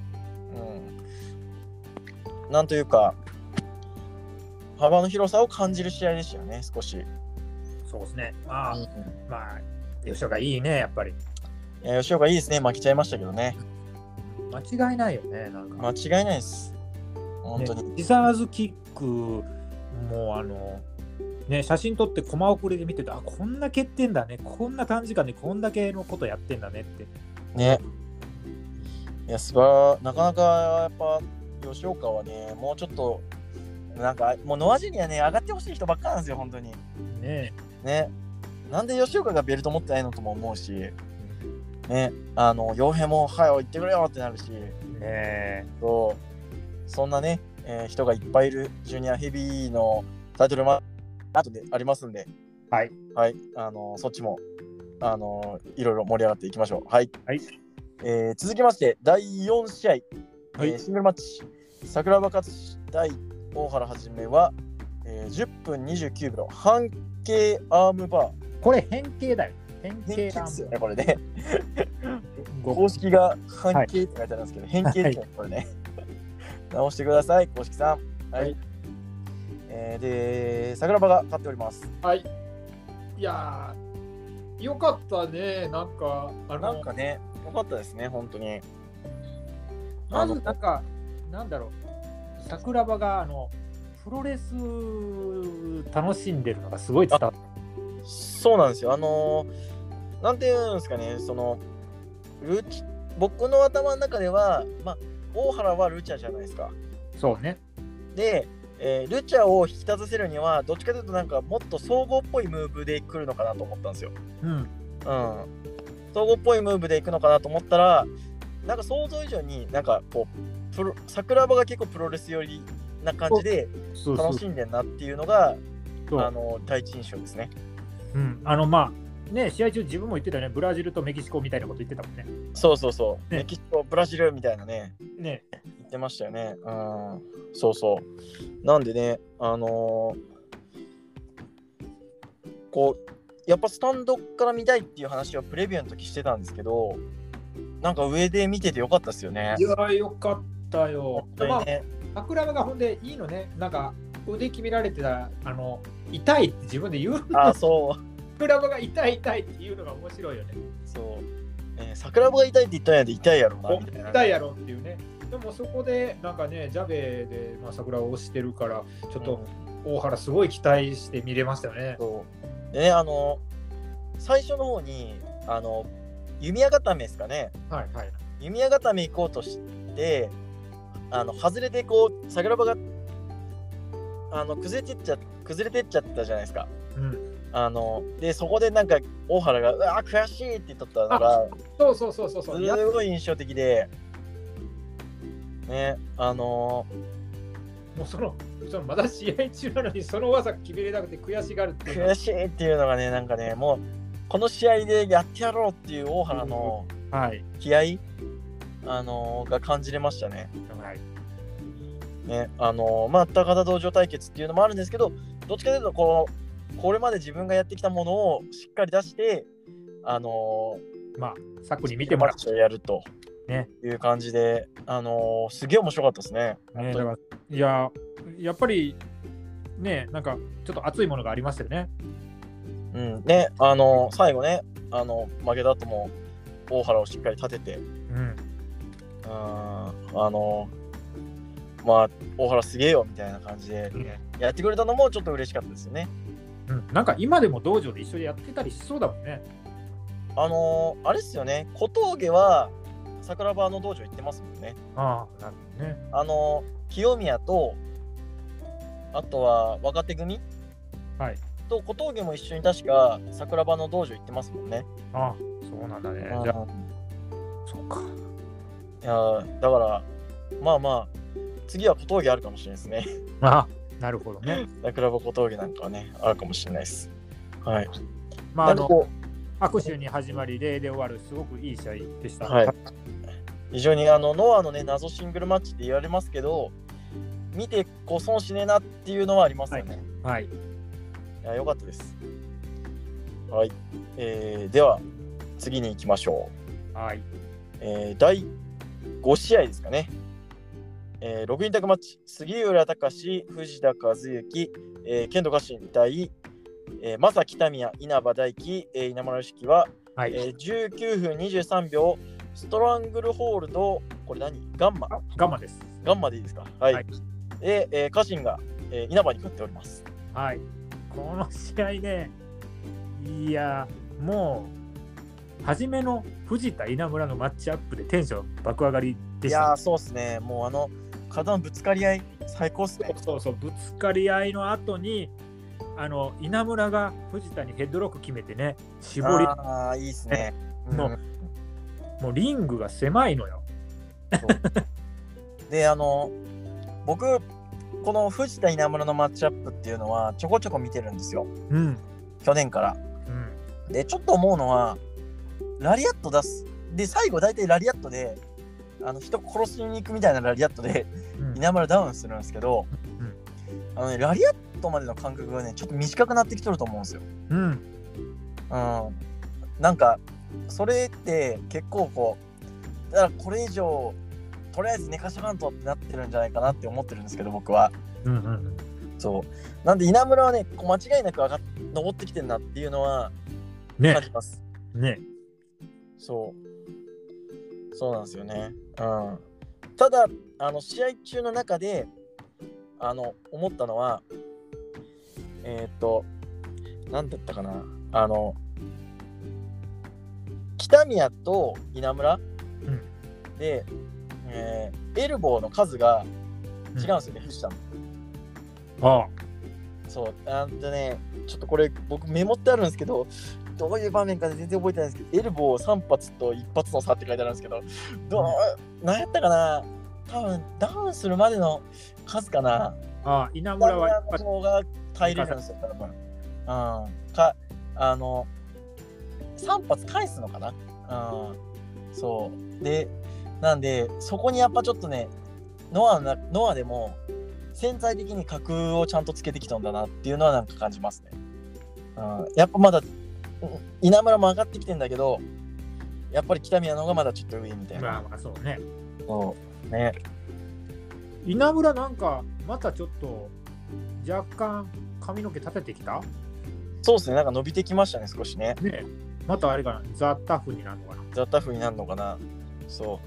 うん、なんというか、幅の広さを感じる試合でしたよね、少し。 そうですね。まあ、 うんまあ、吉岡いいね、やっぱり。 いや吉岡いいですね、負けちゃいましたけどね。 間違いないよね、なんか。 間違いないです。本当に。 ね、リザーズキックもあの、ね、写真撮ってコマ送りで見てて、あ、こんな蹴ってんだね、こんな短時間でこんだけのことやってんだねって。 ね。いや、すばら、なかなかやっぱ、吉岡はね、もうちょっと、なんか、もうノアジュニアね、上がってほしい人ばっかなんですよ、本当に。 ねね。なんで吉岡がベルト持ってないのとも思うし、ね、あの、傭兵も、はい、行ってくれよってなるし、 ねそうそんなね、えー人がいっぱいいるジュニアヘビーのタイトルマあとでありますんで、 はい。 はい、あのそっちも、あのいろいろ盛り上がっていきましょう。はい。 はい。 えー続きまして、だいよん試合、 はいえーシングルマッチ、桜庭勝対大原はじめは、えーじゅっぷんにじゅうきゅうびょう、半径アームバー。 これ変形だよ。変変形形ですよね、これね。 ご公式が半径って書いてあるんですけど、変形ですね、これね。直してください、公式さん。はい。 はいえーで、桜庭が勝っております。 はい。いやー、よかったね。なんか、あの、 なんかね、よかったですね、本当に。 まずなんか、なんだろう、桜庭があのプロレス楽しんでるのがすごい伝わっそうなんですよ。あのーなんていうんですかね、そのルチ僕の頭の中では、まあ、大原はルチャじゃないですか。 そうね。 で、えールチャを引き立たせるにはどっちかというとなんかもっと総合っぽいムーブで来るのかなと思ったんですよ。 うん。 うん、総合っぽいムーブでいくのかなと思ったら、なんか想像以上になんかこうプロ桜庭が結構プロレス寄りな感じでそうそう楽しんでんなっていうのがそうあの第一印象ですね。 うん、あのまあね、試合中自分も言ってたよね、ブラジルとメキシコみたいなこと言ってたもんね。 そうそうそう、 ね、 メキシコブラジルみたいなね、 ね言ってましたよね。うん、そうそうなんでね、あのー、こうやっぱスタンドから見たいっていう話をプレビューの時してたんですけど、なんか上で見ててよかったですよね。 いやーよかったよ。 本当にね、 まあ、桜庭がほんでいいのね、なんか腕決められてた、あの痛いって自分で言うの。 あ、そう。 桜庭が痛い痛いっていうのが面白いよね。 そう、えー、桜庭が痛いって言ったんやで痛いやろなみたいな、 痛いやろっていうね。でもそこでなんかね、ジャベで、まあ、桜を押してるから、ちょっと大原すごい期待して見れましたよね。 うん、そうでね、あの最初の方にあの弓矢固めですかね、 はいはい、 弓矢固め行こうとしてあの外れてこう桜庭があの崩れてっちゃ崩れてっちゃったじゃないですか。 うん、 あのでそこでなんか大原がうわ悔しいって言っとったのがそうそうそうそうそう、 すごい印象的でね、あのー、もうそのそのまだ試合中なのにその技決めれなくて悔しがるっていう悔しいっていうのがね、なんかね、もうこの試合でやってやろうっていう大原の気合、あのー、が感じれましたね。 はい、 ね、あのー、まあ高田道場対決っていうのもあるんですけど、どっちかというとこのこれまで自分がやってきたものをしっかり出して、あのー、まあ策に見てもらうやるという感じで、ね、あのー、すげえ面白かったですね。 ね、だからいややっぱりね、なんかちょっと熱いものがありましたよね。 うんね、あのー、最後ね、あの負けた後も大原をしっかり立てて、うん、あのー、まあ大原すげえよみたいな感じでやってくれたのもちょっと嬉しかったですよね。 うん、なんか今でも道場で一緒にやってたりしそうだもんね。 あのー、あれっすよね、小峠は桜庭の道場行ってますもんね。 ああ、なるほどね。 あのー、清宮とあとは若手組、 はい、 と小峠も一緒に確か桜庭の道場行ってますもんね。 ああ、そうなんだね。じゃあそうか。 いやだからまあまあ次は小峠あるかもしれないですね。 ああ、なるほどね。 桜庭小峠なんかはねあるかもしれないです。はい。 まああの握手に始まり礼で終わるすごくいい試合でした。 はい。非常にあのノアのね謎シングルマッチって言われますけど、見てこう損しねえなっていうのはありますよね。 はい。はい、いや良かったです。はい。えー、では次に行きましょう。はい。 えー、だいご試合ですかね。えー、ろくにんタッグマッチ、杉浦隆、藤田和幸、えー、剣道家臣対、えー、正木民也、稲葉大輝、えー、稲村良樹は、はい、えー、じゅうきゅうふんにじゅうさんびょう、ストラングルホールド、これ何ガンマガンマです。 ガンマでいいですか。はい。はい、で、えー、家臣が、えー、稲葉に勝っております。 はい。この試合ね、いや、もう、初めの藤田稲村のマッチアップでテンション爆上がりでした、ね。 いやー、そうっすね。もうあの、体のぶつかり合い、最高っすね。 そうそう、ぶつかり合いの後に、あの稲村が藤田にヘッドロック決めてね、絞り。 ああ、いいっすね。 もう、うん、もうリングが狭いのよ。 で、あの、僕、この藤田稲村のマッチアップっていうのはちょこちょこ見てるんですよ。 うん、 去年から。うん、で、ちょっと思うのは、ラリアット出す。で、最後大体ラリアットで、あの人殺しに行くみたいなラリアットで、うん、稲村ダウンするんですけど、うん、あのね、ラリアットまでの間隔がね、ちょっと短くなってきとると思うんですよ。うん。うん。なんか、それって結構こう、だからこれ以上、とりあえず寝かしばんとってなってるんじゃないかなって思ってるんですけど、僕は。うんうん、そう。なんで稲村はね、こう間違いなく上がっ登ってきてるなっていうのは感じます。 ね。ね。 そう。そうなんですよね。うん。ただ、あの試合中の中で、あの思ったのは、えー、っと、なんだったかな、あの、 北宮と稲村、 うん、 で、えー、エルボーの数が違うんですよね、うん、藤田の。 ああ。 そう、あんとね、ちょっとこれ僕メモってあるんですけど、どういう場面かで全然覚えてないんですけど、エルボーさん発といち発の差って書いてあるんですけど、どう、うん、何やったかな、多分ダウンするまでの数かな。 ああ、稲村は稲村の方が耐えれるんですよ、多分。うん。か、あの、さん発返すのかな。うん。そう。で、なんで、そこにやっぱちょっとね、ノアな、ノアでも潜在的に格をちゃんとつけてきたんだなっていうのはなんか感じますね。うん。やっぱまだ、稲村も上がってきてんだけど、やっぱり北宮の方がまだちょっと上みたいな。 まあまあそうね。 そうね。 稲村なんかまたちょっと若干髪の毛立ててきた？ そうですね、なんか伸びてきましたね、少しね。 ね、またあれかな、ザ・タフになるのかな。 ザ・タフになるのかな。そう。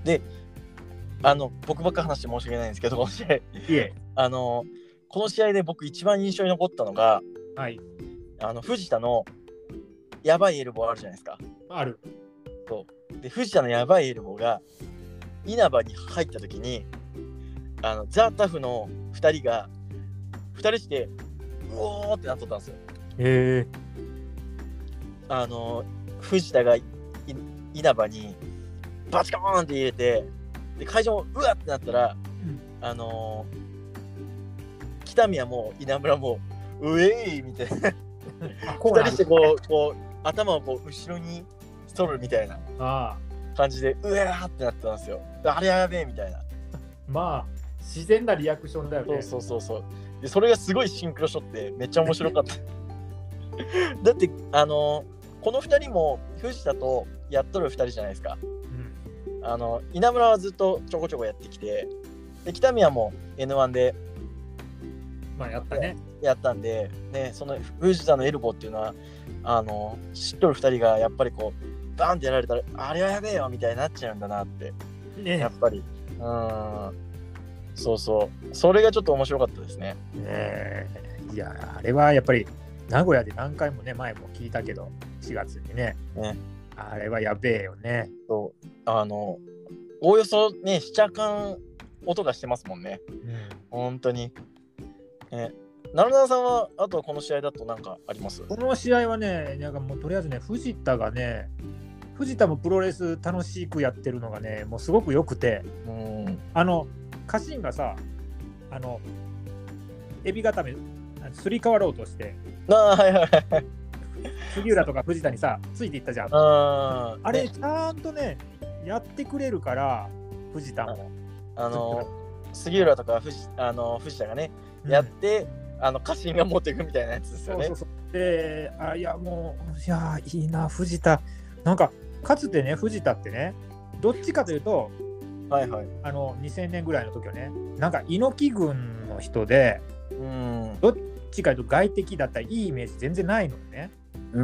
で、あの、僕ばっか話して申し訳ないんですけど、この試合、いえあの、この試合で僕一番印象に残ったのが、 はい、 あの藤田のやばいエルボーあるじゃないですか。 ある。 そうで、藤田のやばいエルボーが稲葉に入った時に、あのザ・タフのふたりがふたりしてうおーってなっとったんですよ。 へえ。 あの藤田が稲葉にバチコーンって入れて、で会場もうわってなったら、うん、あのー、北宮も稲村もうえいみたいなふたりしてこう、こう頭をこう後ろに反るみたいな感じでうわーってなってたんですよ。あれやべえみたいな。 まあ自然なリアクションだよね。 そうそうそうそう。でそれがすごいシンクロしとってめっちゃ面白かっただってあのー、このふたりも藤田とやっとるふたりじゃないですか。うん、あの稲村はずっとちょこちょこやってきて、で北宮も エヌワン でまあやったね。 やったんで、ね、その藤田のエルボーっていうのはあの知っとるふたりがやっぱりこうバーンってやられたらあれはやべえよみたいになっちゃうんだなって、ね、やっぱりうん、そうそうそれがちょっと面白かったですね。 ね、いやあれはやっぱり名古屋で何回もね前も聞いたけどしがつに ね, ねあれはやべえよね。 そうあのおおよそねしちゃかん音がしてますもんね、うん、本当に。ね、成田さんはあとこの試合だと何かあります？ この試合はね、なんかもうとりあえずね、藤田がね、藤田もプロレス楽しくやってるのがね、もうすごく良くて、うん、あの家臣がさ、あのエビ固めすり替わろうとして、 あ、はいはいはい、 杉浦とか藤田にさついていったじゃん。あ, あれ、ね、ちゃんとねやってくれるから藤田もあの杉浦とか藤あの藤田がね、うん、やってあの家臣が持っていくみたいなやつですよね。 そうそうそう。で、あいやもういやいいな藤田、なんかかつてね藤田ってねどっちかというと、 はいはい、 あのにせんねんぐらいの時はねなんか猪木軍の人で、うん、どっちかというと外敵だったらいいイメージ全然ないのね。うん、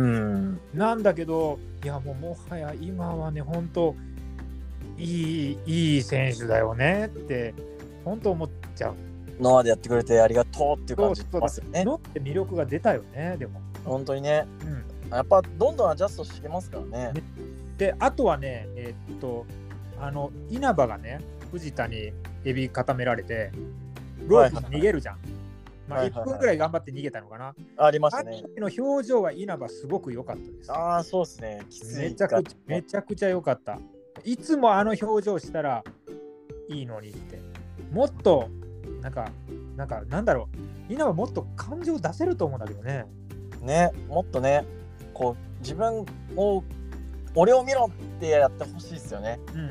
なんだけどいやもうもはや今はね本当いいいい選手だよねって本当思っちゃう。 ノアでやってくれてありがとうっていう感じますよね。 ノアって魅力が出たよね。でも本当にね、うん、やっぱどんどんアジャストしてますからね。 であとはねえー、っとあの稲葉がね藤田にエビ固められてロープに逃げるじゃん、はいはいはい、まあ、いっぷんぐらい頑張って逃げたのかな、はいはいはい、 ありましたね。 あの時の表情は稲葉すごく良かったです。 ああそうですね。きついめちゃくちゃめちゃくちゃ良かった。いつもあの表情したらいいのにって、もっとなんかなんかなんだろう、稲葉もっと感情出せると思うんだけどね。 ね、もっとねこう自分を俺を見ろってやってほしいですよね。うんうん、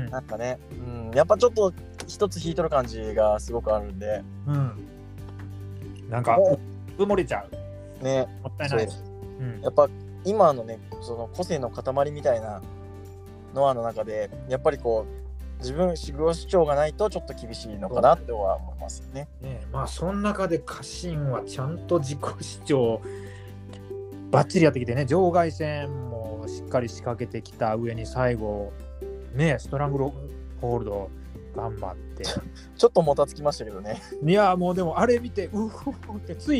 なんかね、うん、やっぱちょっと一つ引いとる感じがすごくあるんで、うん、 なんか埋もれちゃうね。 もったいない。 うん、やっぱ今のねその個性の塊みたいなノアの中でやっぱりこう自分自己主張がないとちょっと厳しいのかなっては思いますよね。 ね、まあその中で家臣はちゃんと自己主張バッチリやってきてね、場外戦もしっかり仕掛けてきた上に最後ねストラングルホールド頑張ってちょっともたつきましたけどね。 いやもうでもあれ見てうほほってつい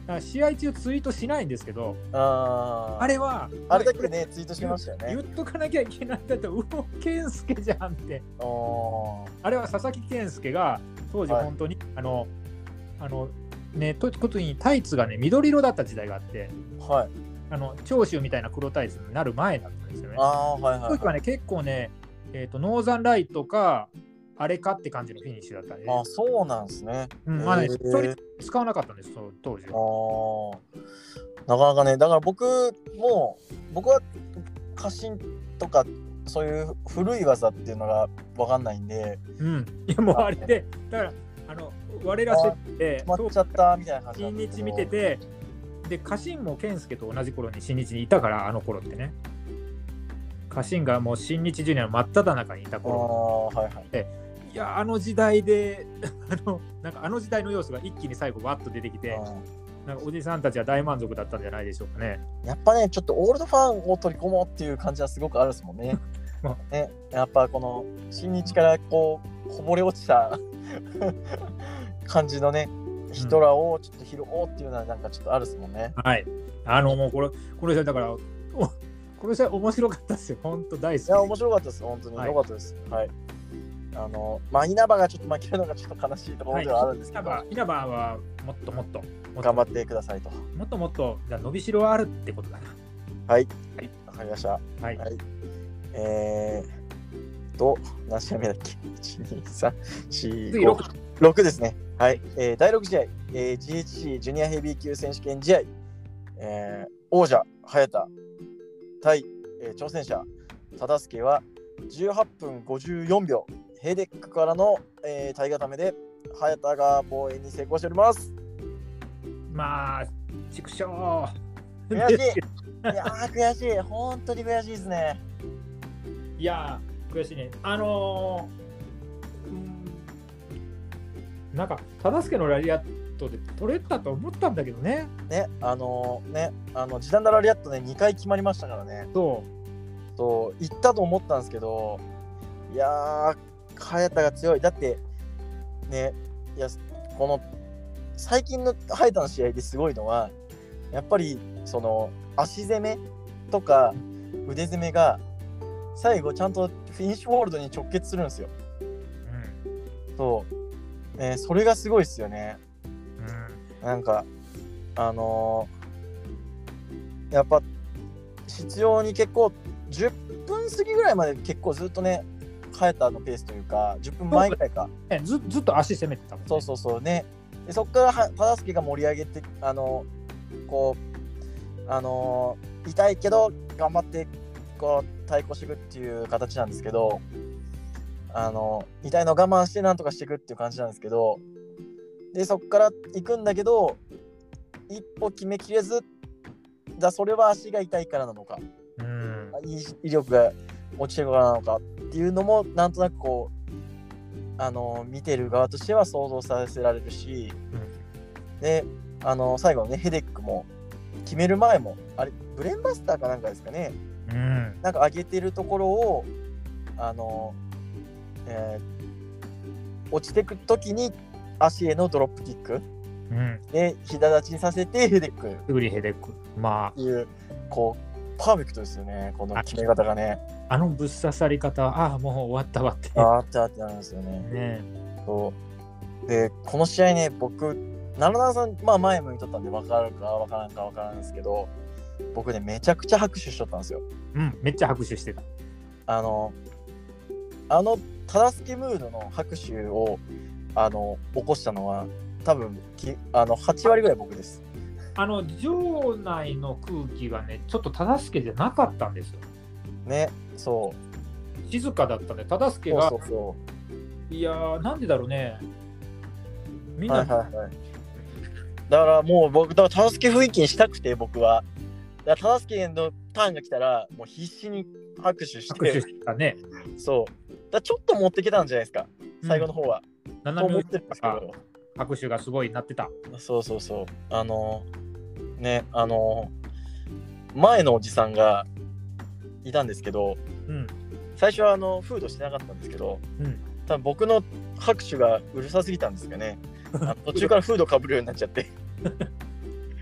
ら試合中ツイートしないんですけど、 ああれはあれだけねツイートしましたよね。 言っとかなきゃいけないんだって、宇野健介じゃんって。 あーあれは佐々木健介が当時本当に、はい、あのあのね特にタイツがね緑色だった時代があって、 はい、 あの長州みたいな黒タイツになる前だったんですよね。 あー、はいはいはい、 その時はね結構ね、えーと、ノーザンライトかあれかって感じのフィニッシュだったんで。 あ、そうなんですね。 うん、まあね、それ使わなかったんです、その当時は。あ、なかなかね、だから僕も、僕は過信とか、そういう古い技っていうのが分かんないんで。 うん、いやもうあれで、だから、あの、我らせて、 止まっちゃったみたいな感じ。 新日見てて、で、家臣も健介と同じ頃に新日にいたから、あの頃ってね。家臣がもう新日ジュニアの真っ只中にいた頃。 あ、はいはい。 でいやあの時代であのなんかあの時代の要素が一気に最後わっと出てきて、なんかおじさんたちは大満足だったんじゃないでしょうかね。 やっぱねちょっとオールドファンを取り込もうっていう感じはすごくあるですもんね。ね、やっぱこの新日からこうこぼれ落ちた感じのね人らをちょっと拾おうっていうのはなんかちょっとあるですもんね。 うん、はい。あのもうこれこれだからおこの試合面白かったですよ。本当大好き。いや面白かったです本当に、はい、良かったです。はい。あのまあ、稲葉がちょっと負けるのがちょっと悲しいところではあるんですけど、 はい、稲葉はもっともっと頑張ってくださいと。 もっともっと伸びしろはあるってことだな。 はい、はい、わかりました。はい、はい、えーと何試合目だっけ。いち、に、さん、よん、ご、ろくですね。はい、えー、だいろく試合、えー、ジーエイチシー ジュニアヘビー級選手権試合、えー、王者早田対、えー、挑戦者忠相はじゅうはっぷんごじゅうよんびょう。ヘデックからの、えー、体固めで早田が防衛に成功しております。 まあ、畜生悔しい。いやー悔しい。本当に悔しいですね。 いやー悔しいね。あのー、なんか忠相のラリアットで取れたと思ったんだけどね。 ね、あのー、ね、あの時短のラリアットねにかい決まりましたからね。 そう。 そう行ったと思ったんですけど、いやー早田が強い。だってね、いやこの最近の早田の試合ですごいのはやっぱりその足攻めとか腕攻めが最後ちゃんとフィニッシュホールドに直結するんですよ。うん、そう、ね、それがすごいですよね。うん、なんかあのー、やっぱ必要に結構じゅっぷん過ぎぐらいまで結構ずっとね早田のペースというかじゅっぷんまえぐらいかず, ずっと足攻めてたもんね。 そうそうそうね。でそこから忠相が盛り上げてあのこうあのー、痛いけど頑張ってこう対抗していくっていう形なんですけど、あの痛いの我慢してなんとかしていくっていう感じなんですけど、でそこから行くんだけど一歩決めきれずだ。それは足が痛いからなのか、うん、威力が落ちてるからなのかっていうのもなんとなくこうあの見てる側としては想像させられるし、うん、であの最後のねヘデックも決める前もあれブレーンバスターかなんかですかね、うん、なんか上げてるところをあの、えー、落ちてく時に足へのドロップキック、うん、で膝立ちにさせてヘデックすぐにヘデックまあいうこうパーフェクトですよね、この決め方がね。 あのぶっ刺さり方はああもう終わったわってああったってなるんですよね。ねそうでこの試合ね僕なななさんまあ前向いとったんで分かるか分からんか分からんですけど、僕ねめちゃくちゃ拍手しとったんですよ。 うんめっちゃ拍手してた。 あのあの忠相ムードの拍手をあの起こしたのは多分きあのはちわりぐらい僕です。 あの場内の空気がねちょっと忠相じゃなかったんですよね。そう静かだったね忠相が。そうそうそう。いやーなんでだろうねみんな、はいはいはい、 だからもう僕だから忠相雰囲気にしたくて僕はだから忠相のターンが来たらもう必死に拍手して拍手したね。 そうだちょっと持ってきたんじゃないですか最後の方は、 うん、と思ってるんですけど拍手がすごいなってた。 そうそうそうあのねあの前のおじさんがいたんですけど、うん、最初はあのフードしてなかったんですけど、うん、多分僕の拍手がうるさすぎたんですかね。あ途中からフードかぶるようになっちゃって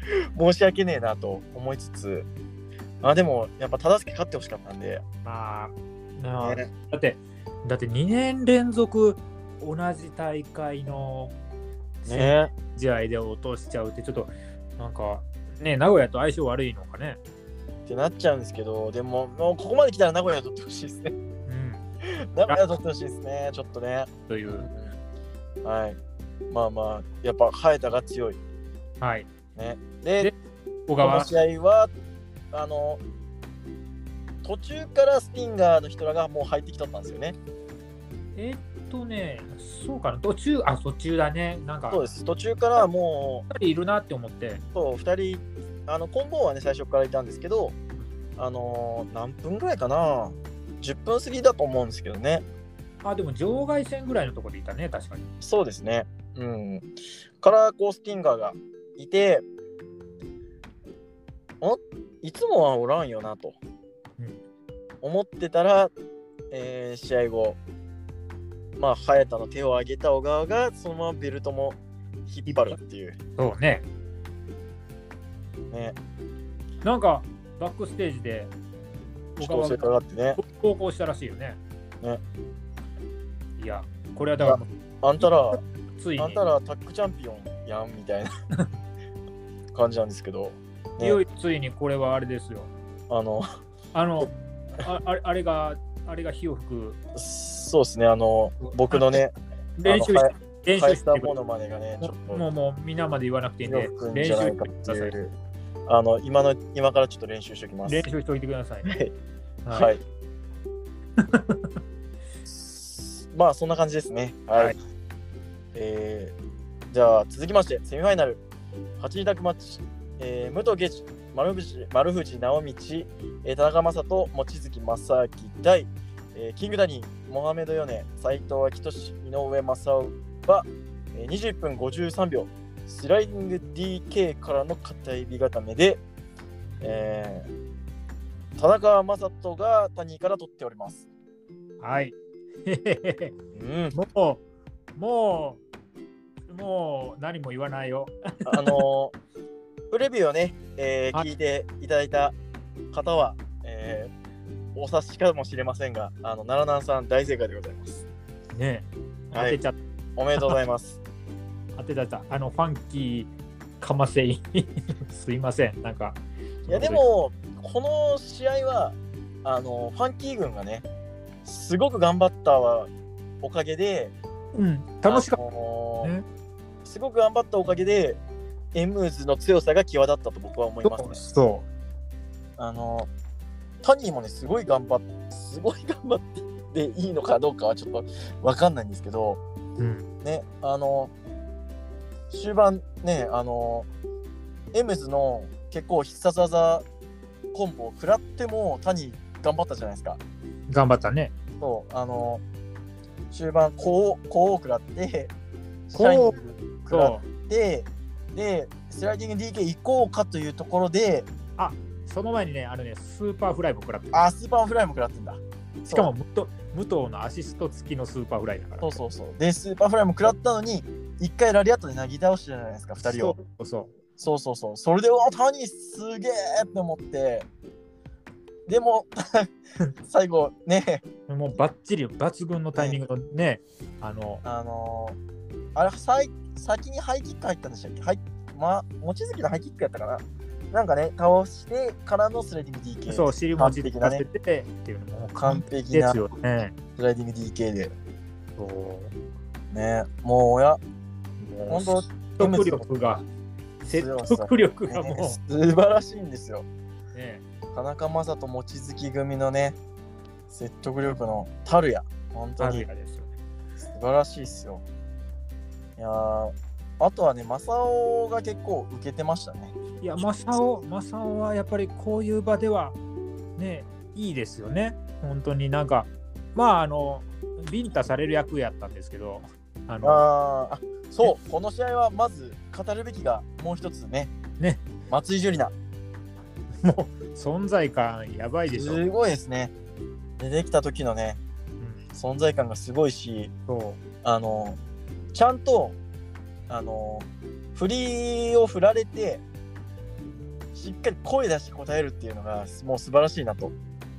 申し訳ねえなと思いつつ、あでもやっぱ忠介勝ってほしかったんで、 まあ、なあね、 だってだってにねん連続同じ大会のね試合で落としちゃうってちょっとなんかね、名古屋と相性悪いのかね。 ってなっちゃうんですけど、でももうここまで来たら名古屋取ってほしいですね。 うん。 名古屋取ってほしいですね、ちょっとね。 という。 はい。まあまあ、やっぱ早田が強い。 はい。 ね、で、 で小この川。 試合は、あの、途中からスティンガーの人らがもう入ってきとったんですよね。 えっとね、そうかな、途中、あ、途中だね。なんか、 そうです。途中からもう、 ふたりいるなって思って。 そう、ふたり、あの、コンボはね、最初からいたんですけど、あのー、何分ぐらいかな、じゅっぷん過ぎだと思うんですけどね。 あ、でも場外線ぐらいのところでいたね、確かに。 そうですね。うん。から、こう、スティンガーがいて、おいつもはおらんよなと、うん、思ってたら、えー、試合後、まあ、早田の手を挙げた小川がそのままベルトも引っ張るっていう。 そうね。 ね。 なんか、バックステージで小川がかかってね。 投稿したらしいよね。 ね。 いや、これはだから、 あんたら、 ついにあんたらタッグチャンピオンやんみたいな感じなんですけど。 ね、いよいよついにこれはあれですよ。 あの、 あの、あ, あ, れあれが、あれが火を吹く。 そうですね、あの、僕のね、 練習して練習したものまでがね、ちょっともうもう皆まで言わなくていいんで、 練習してください。あの今の今からちょっと練習しておきます。 練習しておいてくださいね。 はい。はい、まあそんな感じですね。はい。はい、えー、じゃあ続きましてセミファイナルはちい択マッチ、えー、武藤敬司、丸藤丸藤直道、えー、田中将人、望月正明対、えー、キングダニー、モハメド・ヨネ、斉藤明俊、井上正雄は、えー、にじゅっぷんごじゅうさんびょう、スライディング ディーケー からの片指固めで、えー、田中将人が谷から取っております。 はい。 うん、 もう、もう、もう何も言わないよ。 あのプレビューをね、えー、聞いていただいた方は、えー、お察しかもしれませんが、あの奈良南さん大正解でございます。 ねえ、当てちゃった。 おめでとうございます。 当てちゃった。あのファンキーかませいすいません。なんかいやでもこの試合はあのファンキー軍がねすごく頑張ったおかげで、 うん、楽しかった、ね、 すごく頑張ったおかげでエムーズの強さが際立ったと僕は思いますね。 そうあのタニーもねすごい頑張ってすごい頑張っていいのかどうかはちょっと分かんないんですけど、 うん、 ねあの終盤ね、あのエムズの結構必殺技コンボを食らっても谷頑張ったじゃないですか。 頑張ったね。 そうあの終盤こうこう食らってシャイニング食らってでスライディング ディーケー 行こうかというところで、 あその前にねあのねスーパーフライも食らってる。 あスーパーフライも食らってんだ。 しかも武藤、武藤のアシスト付きのスーパーフライだから、ね。 そうそうそう。でスーパーフライも食らったのに一回ラリアットでなぎ倒したじゃないですかふたりを。 そうそうそうそうそう。それでお谷すげえって思って、でも最後ねもうバッチリ抜群のタイミングのね、ねあのあのー、あれさい先にハイキック入ったんでしたっけ？はい、まあ望月のハイキックやったかな。なんかね倒してからのスライディング ディーケー。 そう尻文字でかせてっていうのも完璧なスライディング ディーケー で。そうねもうや本当説得力が説得力がもう、ね、 素晴らしいんですよ。 ね、 田中将人望月組のね説得力のたるや本当に素晴らしいっすよ。いやあとはね正雄が結構受けてましたね。 いや正雄正雄はやっぱりこういう場ではねいいですよね。本当になんかまああのビンタされる役やったんですけど、 あのあそうこの試合はまず語るべきがもう一つねね松井樹里奈もう存在感やばいでしょ。 すごいですね。出てきた時のね、うん、存在感がすごいし、 そうあのちゃんとあの振りを振られてしっかり声出して答えるっていうのがもう素晴らしいなと。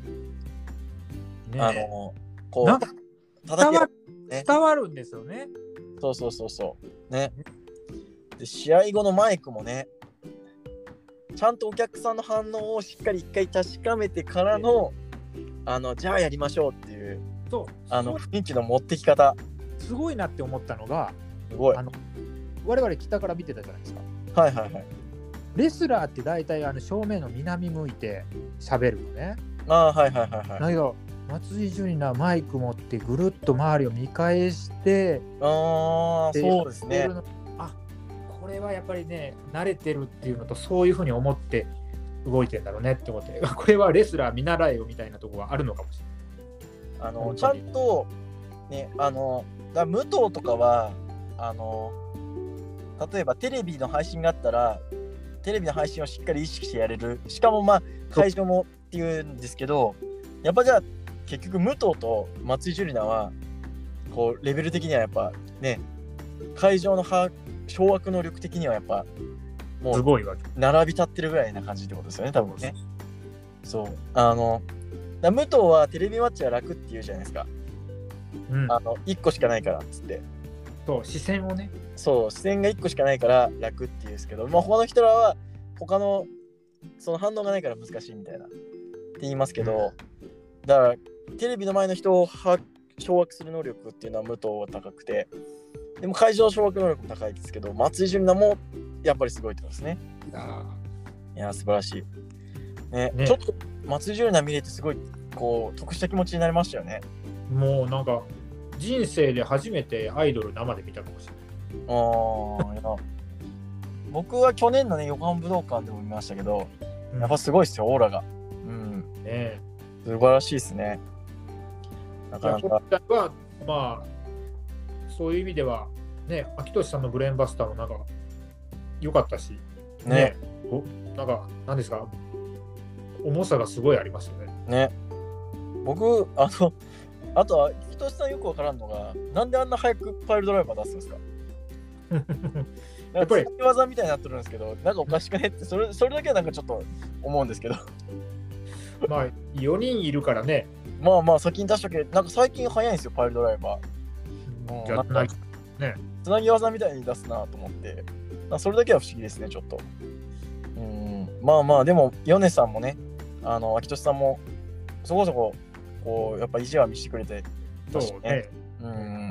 ね、 あのこうなんか伝わる、 ね、 伝わるんですよね。 そうそうそうそうね。で試合後のマイクもね、ちゃんとお客さんの反応をしっかり一回確かめてからの、あのじゃあやりましょうっていう、 そうあの雰囲気の持ってき方すごいなって思ったのが、 すごい。 あの我々北から見てたじゃないですか。 はいはいはい。 レスラーって大体あの正面の南向いて喋るのね。 ああはいはいはいはい。 だけど松井純奈マイク持ってぐるっと周りを見返してああそうですね。 あ、これはやっぱりね慣れてるっていうのとそういうふうに思って動いてんだろうねって思って、これはレスラー見習えよみたいなところがあるのかもしれない。 あのちゃんとね、あのだ武藤とかはあの例えばテレビの配信があったらテレビの配信をしっかり意識してやれる、しかもまあ会場もっていうんですけど、やっぱじゃあ結局武藤と松井珠理奈はこうレベル的にはやっぱね、会場の掌握能力的にはやっぱもうすごいわけ並び立ってるぐらいな感じってことですよね多分ね。そうあのだ武藤はテレビマッチは楽って言うじゃないですか、 うん、 あのいっこしかないからっつって、 そう視線をね、 そう視線がいっこしかないから楽って言うんですけど、まあ他の人らは他のその反応がないから難しいみたいなって言いますけど、うん、だからテレビの前の人を掌握する能力っていうのは武藤は高くて、でも会場掌握能力も高いですけど、松井純奈もやっぱりすごいってことですね。 あいや素晴らしい、ねね、 ちょっと松井純奈見れてすごいこう得した気持ちになりましたよね。 もうなんか人生で初めてアイドル生で見たかもしれない。 あいや僕は去年のね横浜武道館でも見ましたけど、やっぱすごいですよオーラが。うんね、 素晴らしいですね。なかなか。 今回はまあそういう意味ではね、秋俊さんのブレーンバスターもなんか良かったし、ね、ねなんか何ですか、重さがすごいありますよね。 ね。僕あのあとは秋俊さんよくわからんのが、なんであんな早くパイルドライバー出すんですか。やっぱり技みたいになってるんですけど、なんかおかしくねって、それそれだけはなんかちょっと思うんですけど。 まあよにんいるからね。 まあまあ先に出しとけ、なんか最近早いんですよパイルドライバー。 じゃあつなぎね。 つなぎ技みたいに出すなと思って、それだけは不思議ですねちょっと。うん、まあまあでも米さんもね、あの秋俊さんもそこそここうやっぱ意地は見せてくれてたしね。そうね。うん。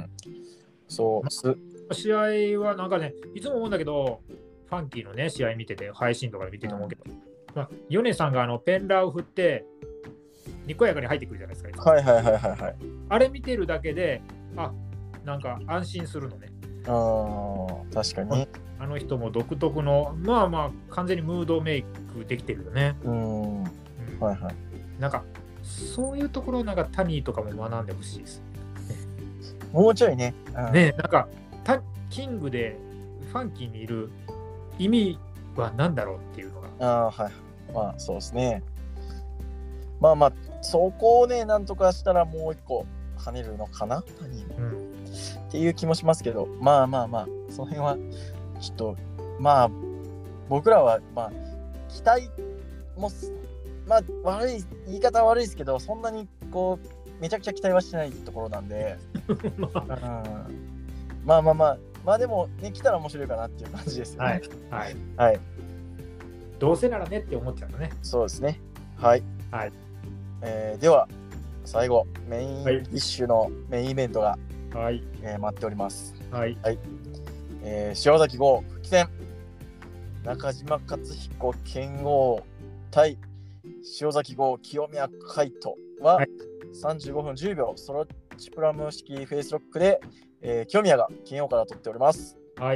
そうす。 試合はなんかね、いつも思うんだけど、ファンキーのね試合見てて、配信とかで見てて思うけど、うん、まあ、米さんがあのペンラーを振ってにこやかに入ってくるじゃないですか。 はいはいはいはいはい。 あれ見てるだけで、あ、なんか安心するのね。 ああ、確かに。 あの人も独特の、まあまあ完全にムードメイクできてるよね。 うん。うん、はいはい。 なんかそういうところなんかタニーとかも学んでほしいです。 もうちょいね。 うん、ね、なんかキングでファンキーにいる意味は何だろうっていうのが。 ああ、はい。まあそうですね。まあまあそこをねなんとかしたらもう一個跳ねるのかな、タニーも、うん、っていう気もしますけど、まあまあまあその辺はちょっとまあ僕らはまあ期待もまあ悪い言い方は悪いですけど、そんなにこうめちゃくちゃ期待はしてないところなんで、まあ、うん、まあまあまあまあでもね来たら面白いかなっていう感じですよね。 はいはい、 はい、 どうせならねって思っちゃうのね。 そうですね。はいはい。 えー、では最後メインディッシュのメインイベントが、 はいえー、待っております。 はい、 はい、えー、塩崎号復帰戦中島克彦剣王対塩崎号清宮海斗は、はい、さんじゅうごふんじゅうびょうストロッチプラム式フェイスロックで、えー、清宮が剣王から取っております。 はい。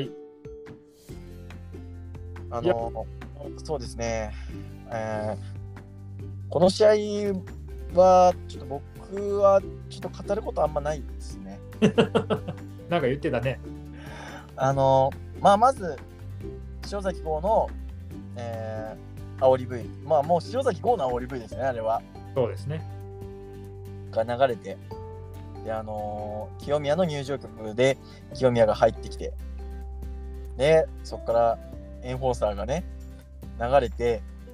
あのそうですね、えーこの試合はちょっと僕はちょっと語ることあんまないですね。 なんか言ってたね。 あのまあまず塩崎号の、えー、煽り V、まあもう塩崎号の煽り V ですねあれは。 そうですね。 が流れて、であのー、清宮の入場曲で清宮が入ってきて、でそこからエンフォーサーがね流れて、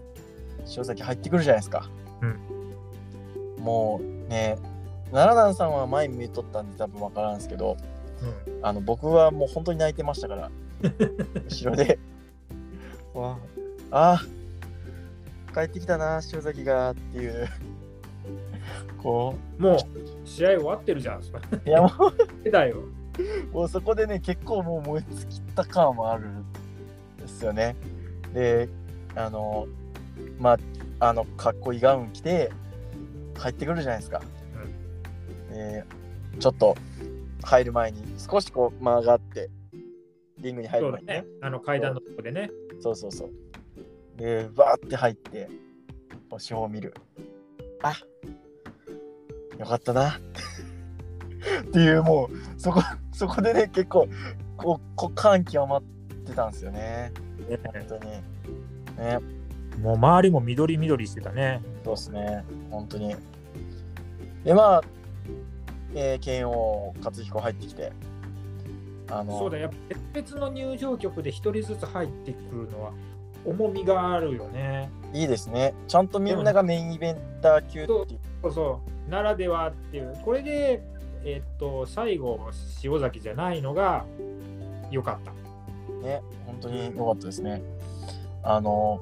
塩崎入ってくるじゃないですか。 うん、 もうね、奈良南さんは前見とったんで多分分からんですけど、うん、あの僕はもう本当に泣いてましたから後ろでわあ帰ってきたな塩崎がっていうこうもう試合終わってるじゃん。 いやもうだよもうそこでね結構もう燃え尽きた感もあるんですよね。であのまああのかっこいいガウン着て入ってくるじゃないですか。うん、でちょっと入る前に少しこう曲がってリングに入る前に ね, ねあの階段のとこでね。 そうそうそう。でバーって入って星を見る。あよかったなっていうもうそこそこでね結構こうこう感極まってたんですよね。ね本当にね。 もう周りも緑緑してたね。 そうですね本当に。でまあ、えー、剣王勝彦入ってきてあのそうだやっぱ別々の入場曲で一人ずつ入ってくるのは重みがあるよね。 いいですね。ちゃんとみんながメインイベンター級っていう。 そうそうならではっていうこれでえー、っと最後塩崎じゃないのが良かったね。本当に良かったですね。あの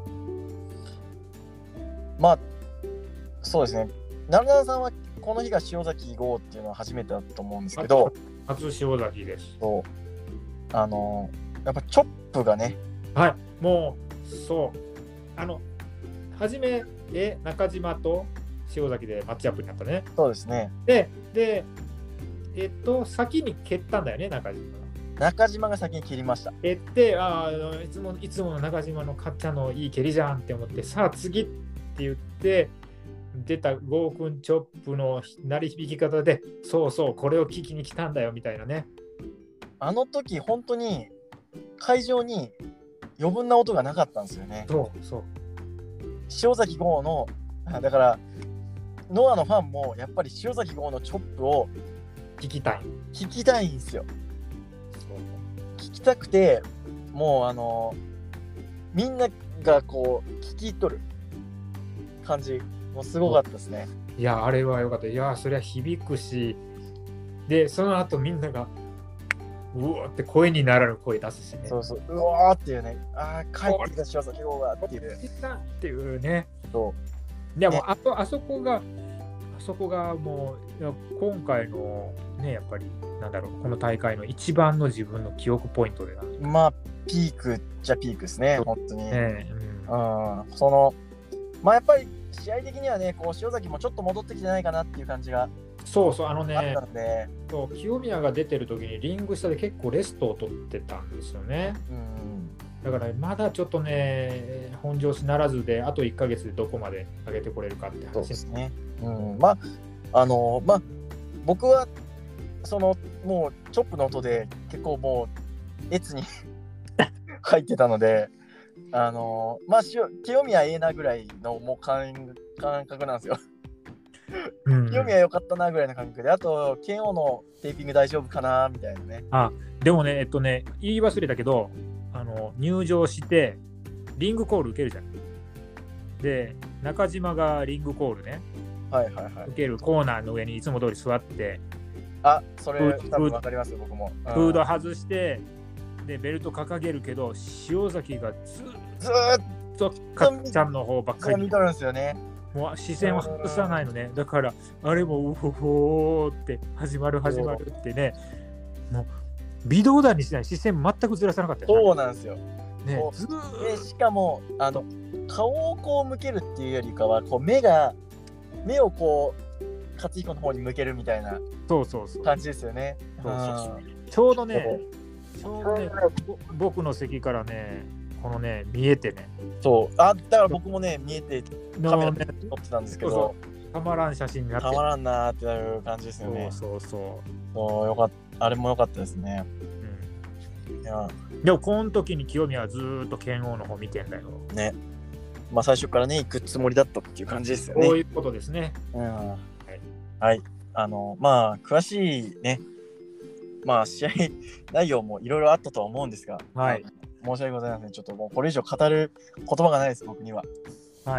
まあそうですね。奈良さんはこの日が塩崎号っていうのは初めてだと思うんですけど初塩崎です。 そうあのやっぱチョップがねはいもうそうあの初めで中島と塩崎でマッチアップになったね。 そうですね。 ででえっと先に蹴ったんだよね中島が中島が先に蹴りました。 蹴ってああいつもいつもの中島のかっちゃんのいい蹴りじゃんって思ってさあ次って言って出たゴーくんチョップの鳴り響き方でそうそうこれを聞きに来たんだよみたいなね。 あの時本当に会場に余分な音がなかったんですよね。 そうそう塩崎号のだからノアのファンもやっぱり塩崎号のチョップを聞きたい聞きたいんですよ。聞きたくてもうあのみんながこう聞き取る感じもうすごかったですね。 いやあれはよかった。いやそりゃ響くしでその後みんながうわって声にならぬ声出すしね。 そうそううわーっていうねあー帰ってきた塩崎号がっていうっていうね。 そうでも、ね、あとあそこがあそこがもう今回のねやっぱりなんだろうこの大会の一番の自分の記憶ポイントでまあピークじゃピークですね本当に、 ねうん、うん、そのまあやっぱり試合的にはねこう塩崎もちょっと戻ってきてないかなっていう感じがそうそうあのねあったのでそう清宮が出てる時にリング下で結構レストを取ってたんですよね、うん、だからまだちょっとね本調子ならずであといっかげつでどこまで上げてこれるかって話ですね、うん、まああのまあ僕はそのもうチョップの音で結構もう越に入ってたのであのまあ清宮ええなぐらいのもう感, 感覚なんですようん、清宮良かったなぐらいの感覚であとケンオのテーピング大丈夫かなみたいなね。 あでもねえっとね言い忘れたけどあの入場してリングコール受けるじゃん。で中島がリングコールね、 はいはいはい、 受けるコーナーの上にいつも通り座ってあそれ多分分かりますよ僕も。 フード外してでベルト掲げるけど塩崎がずずーっとかっちゃんの方ばっかり見とるんですよね。 もう視線を外さないのね。だからあれもうほほーって始まる始まるってねもう微動だにしない視線全くずらさなかったよ、 ね、そうなんですよ、 ね、 ずでしかもあの顔をこう向けるっていうよりかはこう目が目をこう勝彦の方に向けるみたいな感じですよね。 そうそうそうちょうどねちょうどね僕の席からねこのね見えてねそうあだから僕もね見えてカメラで撮ってたんですけど、 そうそうたまらん写真になってたまらんなーってなる感じですよね。 そうそうそうそうよかったあれも良かったですね、 うん、いやでもこの時に清宮はずーっと剣王の方見てんだよね。まあ最初からね行くつもりだったっていう感じですよね。 そういうことですね。 うん、はい、はい、あのまあ詳しいねまあ試合内容もいろいろあったとは思うんですが、 はい、 申し訳ございません。ちょっともうこれ以上語る言葉がないです僕には。 はい。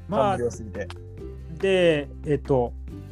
まあ感無量すぎて。 でえっと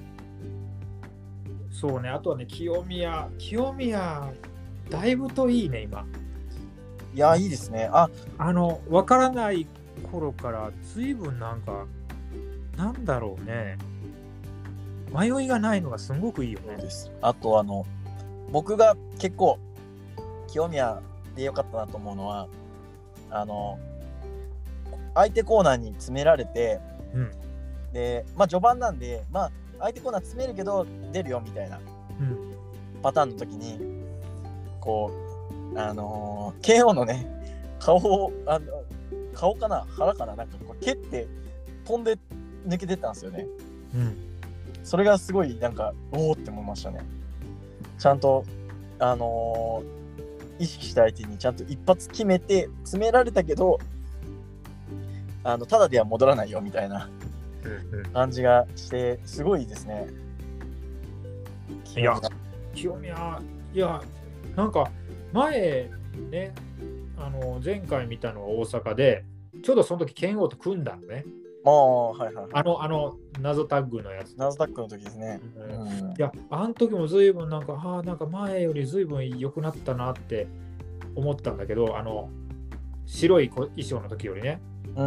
そうね、あとはね、清宮清宮だいぶといいね今。 いや、いいですね。あ、 あの分からない頃からずいぶんなんかなんだろうね、迷いがないのがすごくいいよね。 そうです。あと、あの、僕が結構、清宮でよかったなと思うのは、あの、相手コーナーに詰められて、 うん、 で、まあ、序盤なんで、まあ、相手コーナー詰めるけど、出るよみたいなうんパターンの時に、こう、あのー、ケーオー のね、顔を、あの、顔かな腹かななんかこう蹴って飛んで抜けてったんですよね。 うん、 それがすごいなんかおおって思いましたね。ちゃんとあのー、意識した相手にちゃんと一発決めて詰められたけど、あのただでは戻らないよみたいな感じがしてすごいですね。 いや清宮、いやなんか前ね、あの前回見たのは大阪でちょうどその時剣王と組んだのね。 ああ、はいはい。 あのあの謎タッグのやつ。 謎タッグの時ですね。 うんうん、 いやあの時もずいぶんなんかあなんか前よりずいぶん良くなったなって思ったんだけど、あの白い衣装の時よりね。 うん。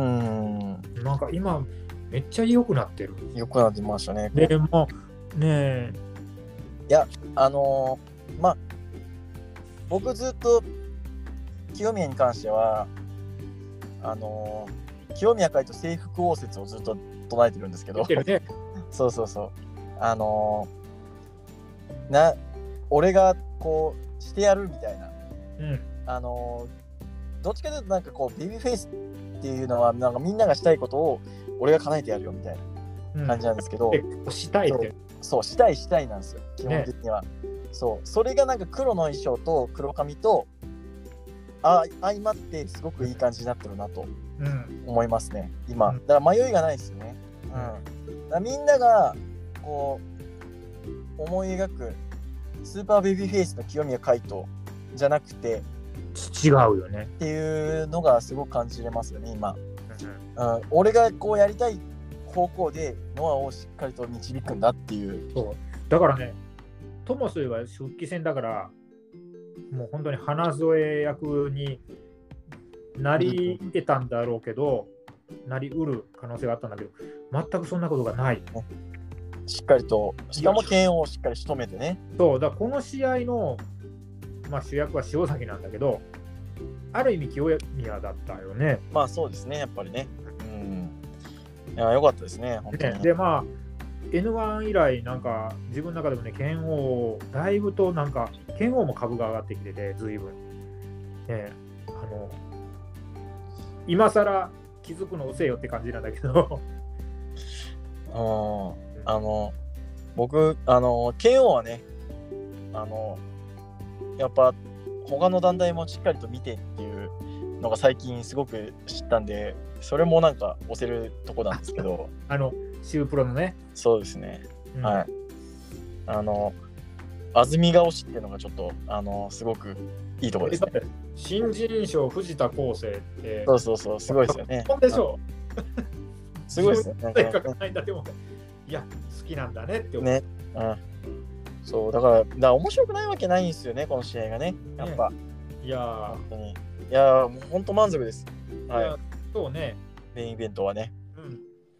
なんか今めっちゃ良くなってる。 良くなってましたね。 でもねえ。 いやあのー、まあ僕ずっと清宮に関してはあのー、清宮海斗征服応説をずっと唱えてるんですけど、 ね、 そうそうそう、あのー、な俺がこうしてやるみたいな、 うん、あのー、どっちかというとなんかこうベビーフェイスっていうのはなんかみんながしたいことを俺が叶えてやるよみたいな感じなんですけど、 うん、したいってそうしたいしたいなんですよ基本的には、ね、そうそれがなんか黒の衣装と黒髪とあ相まってすごくいい感じになってるなと思いますね、うん、今だから迷いがないですよね、うん、だからみんながこう思い描くスーパーベビーフェイスの清宮海斗じゃなくて違うよねっていうのがすごく感じれますよね今、うんうん、俺がこうやりたい方向でノアをしっかりと導くんだっていう。 そうだからね、トモスは復帰戦だからもう本当に花添役になり得たんだろうけど、うん、なりうる可能性があったんだけど全くそんなことがない。 しっかりとしかも剣をしっかり仕留めてね。 そうだからこの試合の、まあ、主役は塩崎なんだけどある意味清宮だったよね。 まあそうですねやっぱりね。いや良かったですね本当に。 ねでまあ エヌワン 以来なんか自分の中でもね剣王だいぶとなんか剣王も株が上がってきてて随分ねあの今更気づくの遅えよって感じなんだけどああの僕あの剣王はねあのやっぱ他の団体もしっかりと見てっていうのが最近すごく知ったんでそれもなんか押せるとこなんですけどあのシュープロのねそうですね、うん、はいあの安住が推しっていうのがちょっとあのすごくいいところですね。 新人賞藤田康生ってそうそうそうすごいですよね。 本でしょすごいですよね。 いや好きなんだねって思うね、うん、そうだからだから面白くないわけないんですよねこの試合がねやっぱ、ね、 いや本当にいやもう本当満足です。はい。 そうね。 メインイベントはね。 うん、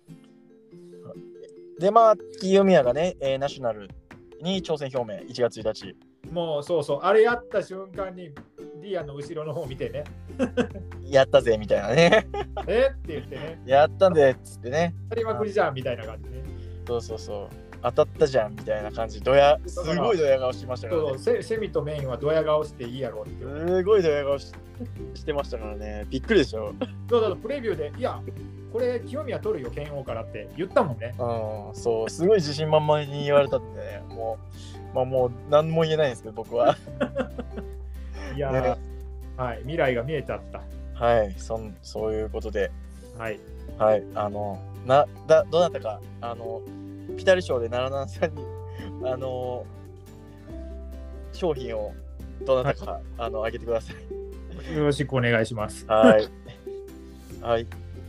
でまあ清宮がね、えー、ナショナルに挑戦表明いちがつついたち。 もうそうそうあれやった瞬間にディアンの後ろの方見てね。 やったぜみたいなね。 えって言ってね。 やったんでっつってね。 当たりまくりじゃんみたいな感じね。 そうそうそう当たったじゃんみたいな感じドヤすごいドヤ顔しましたからね。 そうそうセミとメインはドヤ顔していいやろって。 すごいドヤ顔 し, してましたからね。びっくりでしょ。 そうそうプレビューでいやこれ清宮取るよ剣王からって言ったもんね。 うんそうすごい自信満々に言われたんでねもうまあもう何も言えないんですけど僕は。 いや、ね、はい未来が見えちゃった。 はいそそういうことではいはいあのなだどなたかあのピタリ賞でななななさんにあの商品をどなたか、はい、あのあげてください。 よろしくお願いします。 はいはい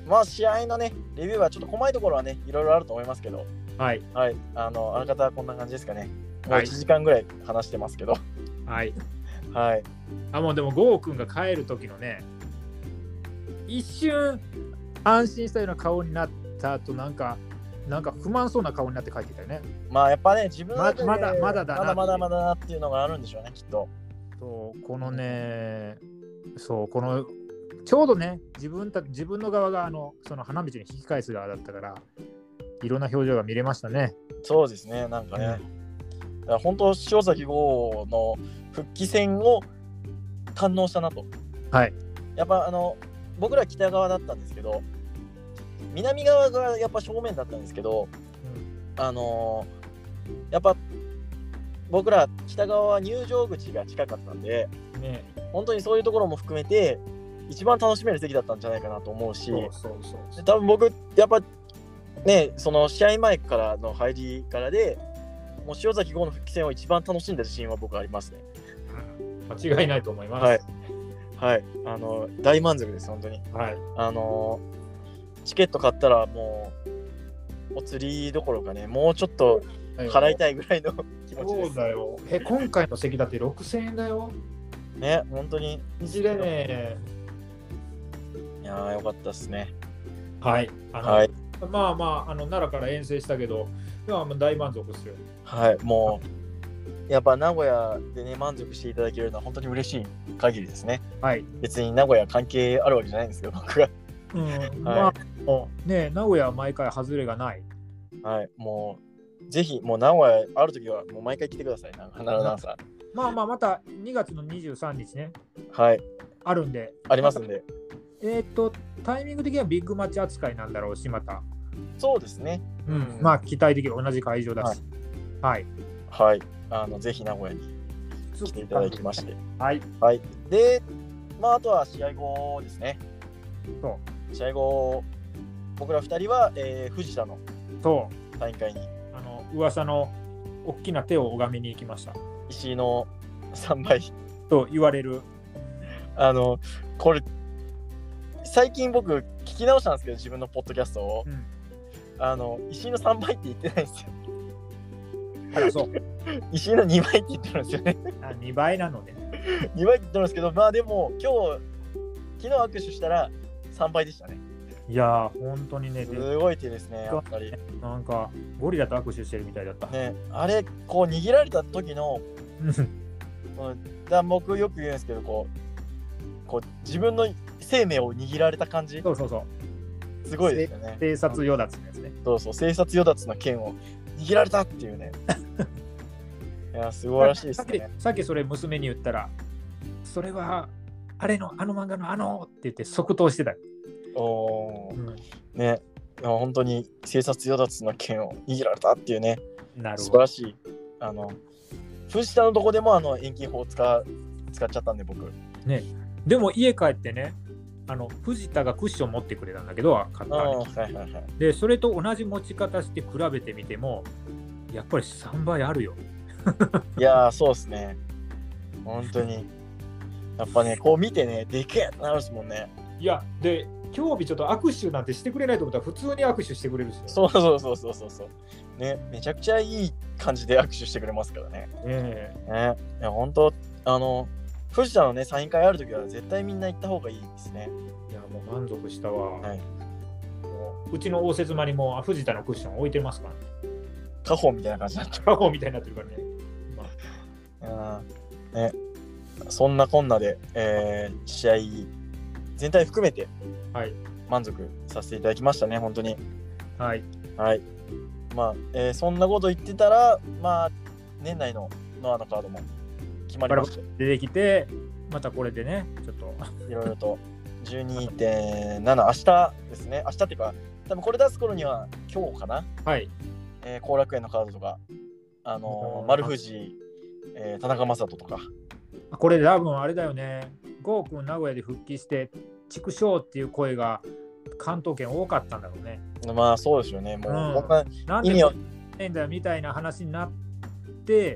まあ試合のねレビューはちょっと細いところはねいろいろあると思いますけど、 はいはい、あのあらかたこんな感じですかね。もうはいいちじかんぐらい話してますけど、 はいはい。 あもうでもゴーくんが帰る時のね一瞬安心したような顔になった後なんかなんか不満そうな顔になって帰ってきたよね。 まあやっぱね自分の中でままだまだだなまだまだまだなっていうのがあるんでしょうねきっと。 そうこのねそうこのちょうどね自分た自分の側があのその花道に引き返す側だったからいろんな表情が見れましたね。 そうですねなんかね、だから本当塩崎豪の復帰戦を堪能したなと。 はいやっぱあの僕ら北側だったんですけど南側がやっぱ正面だったんですけど、うん、あのー、やっぱ僕ら北側は入場口が近かったんで、ね、本当にそういうところも含めて一番楽しめる席だったんじゃないかなと思うし、そうそうそう多分僕やっぱねその試合前からの入りからでもう塩崎豪の復帰戦を一番楽しんだ自信は僕はありますね。 間違いないと思います。 はい、はい、あの大満足です本当に。 はい、 あのチケット買ったらもうお釣りどころかねもうちょっと払いたいぐらいの気持ちです。 そうだよ。え今回の席だってろくせんえんだよ。 ね本当に。 いずれね。 いやーよかったですね。 はい。あのはい。 まあまああの奈良から遠征したけど、いやもう大満足ですよ。 はいもうやっぱ名古屋でね満足していただけるのは本当に嬉しい限りですね。 はい。 別に名古屋関係あるわけじゃないんですけど僕が。 うん、はい、まあね名古屋は毎回外れがない。 はい、もうぜひもう名古屋あるときはもう毎回来てくださいな奈良ダンサー。 まあまあまたにがつのにじゅうさんにちね。 はい。 あるんで。 ありますんで。 えっとタイミング的にはビッグマッチ扱いなんだろうしまた。 そうですね。 うん。まあ期待できる同じ会場だし。はい。 はい。はい、あのぜひ名古屋に来ていただきまして。 はい。 はい。で、まああとは試合後ですね。 そう。 試合後、僕らふたりは、えー、藤田の大会にあの噂の大きな手を拝みに行きました。 石井のさんばいと言われる。 あのこれ最近僕聞き直したんですけど自分のポッドキャストを、うん、あの石井のさんばいって言ってないんですよ。 あらそう石井のにばいって言ってるんですよね。 あにばいなのね。 にばいって言ってるんですけどまあでも今日昨日握手したらさんばいでしたね。 いやー本当にねすごい手ですねやっぱり。 なんかゴリラと握手してるみたいだったね。あれこう握られた時のだ僕よく言うんですけどこうこう自分の生命を握られた感じ。 そうそうそうすごいですよね。 生殺与奪のやつね。 そうそう生殺与奪の剣を握られたっていうね。いや素晴らしいですね。 さっき、さっきそれ娘に言ったらそれはあれのあの漫画のあのって言って即答してた。 おー、うん、ね本当に生殺与奪の剣を握られたっていうね。 なるほど。 素晴らしい。あの藤田のとこでもあの遠近法を使使っちゃったんで僕。 ね。でも家帰ってねあの藤田がクッション持ってくれたんだけど買った、 はいはいはい、 でそれと同じ持ち方して比べてみてもやっぱりさんばいあるよ。 いやーそうですね本当にやっぱねこう見てねでけえってなるですもんね。 いやで今日日ちょっと握手なんてしてくれないと思ったら普通に握手してくれるし、ね、 そうそうそうそうそうそうねめちゃくちゃいい感じで握手してくれますからね。 えー、ねいや本当あの藤田のねサイン会あるときは絶対みんな行った方がいいですね。 いやもう満足したわ、 はい、 もううちの応接間にも藤田のクッション置いてますからね。 家宝みたいな感じになってる。 家宝みたいになってるからね。 まあ、ねそんなこんなで、えー、試合全体含めて満足させていただきましたね、本当に。 はい。 はい。まあ、えー、そんなこと言ってたら、まあ、年内のノアのカードも決まりました。 出てきて、またこれでね、ちょっといろいろと じゅうにてんなな 明日ですね。明日っていうか、多分これ出す頃には今日かな。 はい。 えー、後楽園のカードとか、あのー、丸藤、えー、田中将人とか。 これ多分あれだよね。ゴーくん名古屋で復帰して畜生っていう声が関東圏多かったんだろうね。 まあそうですよね。もう、うん、 なんで意味わかんないんだよみたいな話になって、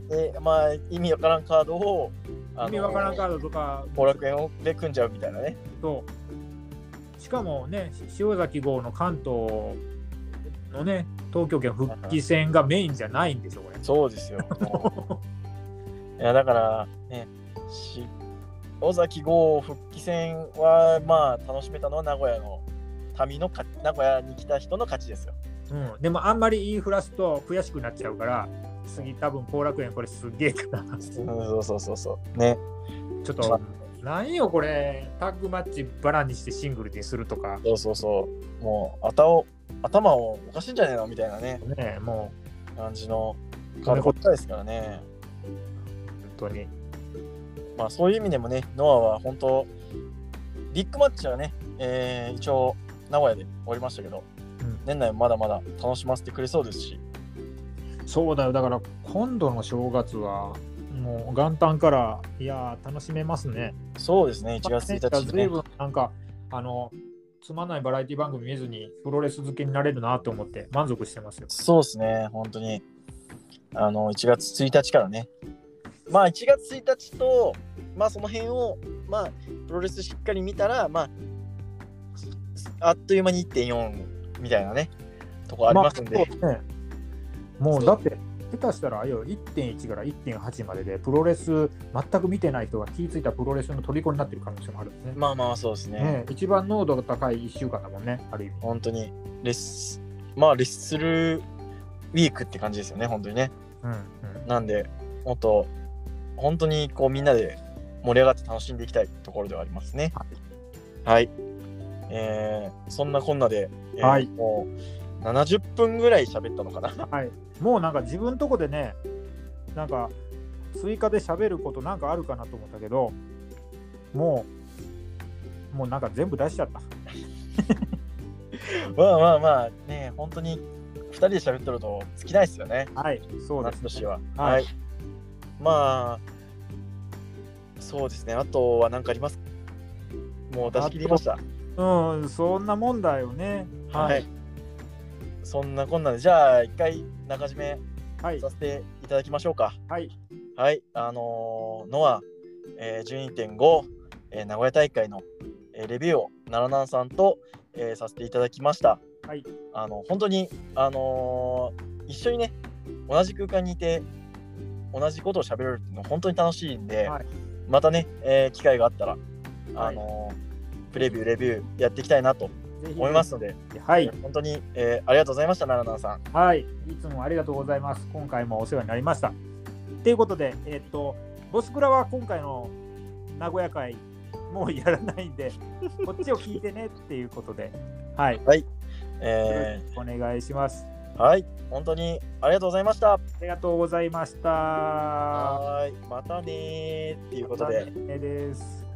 でまあ意味わからんカードを意味わからんカードとか後楽園で組んじゃうみたいなね。 そうしかもね、塩崎号の関東のね、東京圏復帰戦がメインじゃないんでしょ、これ。 そうですよ。もういやだからね、塩崎号復帰戦はまあ楽しめたのは名古屋の民のか名古屋に来た人の勝ちですよ。 うん、でもあんまり言いふらすと悔しくなっちゃうから、次多分後楽園これすげえから。 そうそうそうそうね。 ちょっと何よこれ、タッグマッチバラにしてシングルでするとか。 そうそうそう。もう頭を頭をおかしいんじゃねえのみたいなね。 ねもう感じのカードコッタですからね。 本当に。 まあそういう意味でもね、ノアは本当ビッグマッチはね、えー、一応名古屋で終わりましたけど、うん、年内もまだまだ楽しませてくれそうですし。 そうだよ、だから今度の正月はもう元旦からいや楽しめますね。 そうですね、いちがつついたち、ね、 随分なんかあのつまんないバラエティ番組見ずにプロレス漬けになれるなと思って満足してますよ。 そうですね、本当にあのいちがつついたちからね、まあいちがつついたちとまあその辺をまあプロレスしっかり見たらまああっという間に いってんよん みたいなねとこありますんで、 まあね、もうだって下手したら いってんいち から いってんはち まででプロレス全く見てない人が気づいたプロレスの虜になってる可能性もあるんですね。 まあまあそうですね。 ね、一番濃度が高いいっしゅうかんだもんね、ある意味。 本当にレッスまあレッスルウィークって感じですよね、本当にね。うんうん、なんでもっと本当にこうみんなで盛り上がって楽しんでいきたいところではありますね。はい。はい、えー、そんなこんなで、えーはい、 もうななじゅっぷんぐらい喋ったのかな。 はい。もうなんか自分とこでね、なんか追加で喋ることなんかあるかなと思ったけど、もうもうなんか全部出しちゃった。 まあまあまあね、本当にふたりで喋ってると尽きないですよね。 はい、そうです、ね。 夏年は。 はい。 はい、まあそうですね。あとは何かあります？もう出し切りました。 うん、そんなもんだよね。 はい。はい、そんなこんなで、じゃあ一回中締めさせていただきましょうか。 はい。 はい。あのー、ノア、えー、じゅうにてんご、えー、名古屋大会の、えー、レビューを奈良南さんと、えー、させていただきました。 はい。 あの本当にあのー、一緒にね同じ空間にいて同じことを喋れるっていうのは本当に楽しいんで、はい、またね、えー、機会があったら、あのーはい、プレビューレビューやっていきたいなと思いますので、 はい、 本当に、えー、ありがとうございました、奈良南さん。はい、いつもありがとうございます。今回もお世話になりました。ということで、えー、っとボスクラは今回の名古屋会もうやらないんで、こっちを聞いてねっていうことで、はい、 はい、えー、お願いします。 はい、本当にありがとうございました。ありがとうございました。 はい、またねーっていうことで。 またねーです。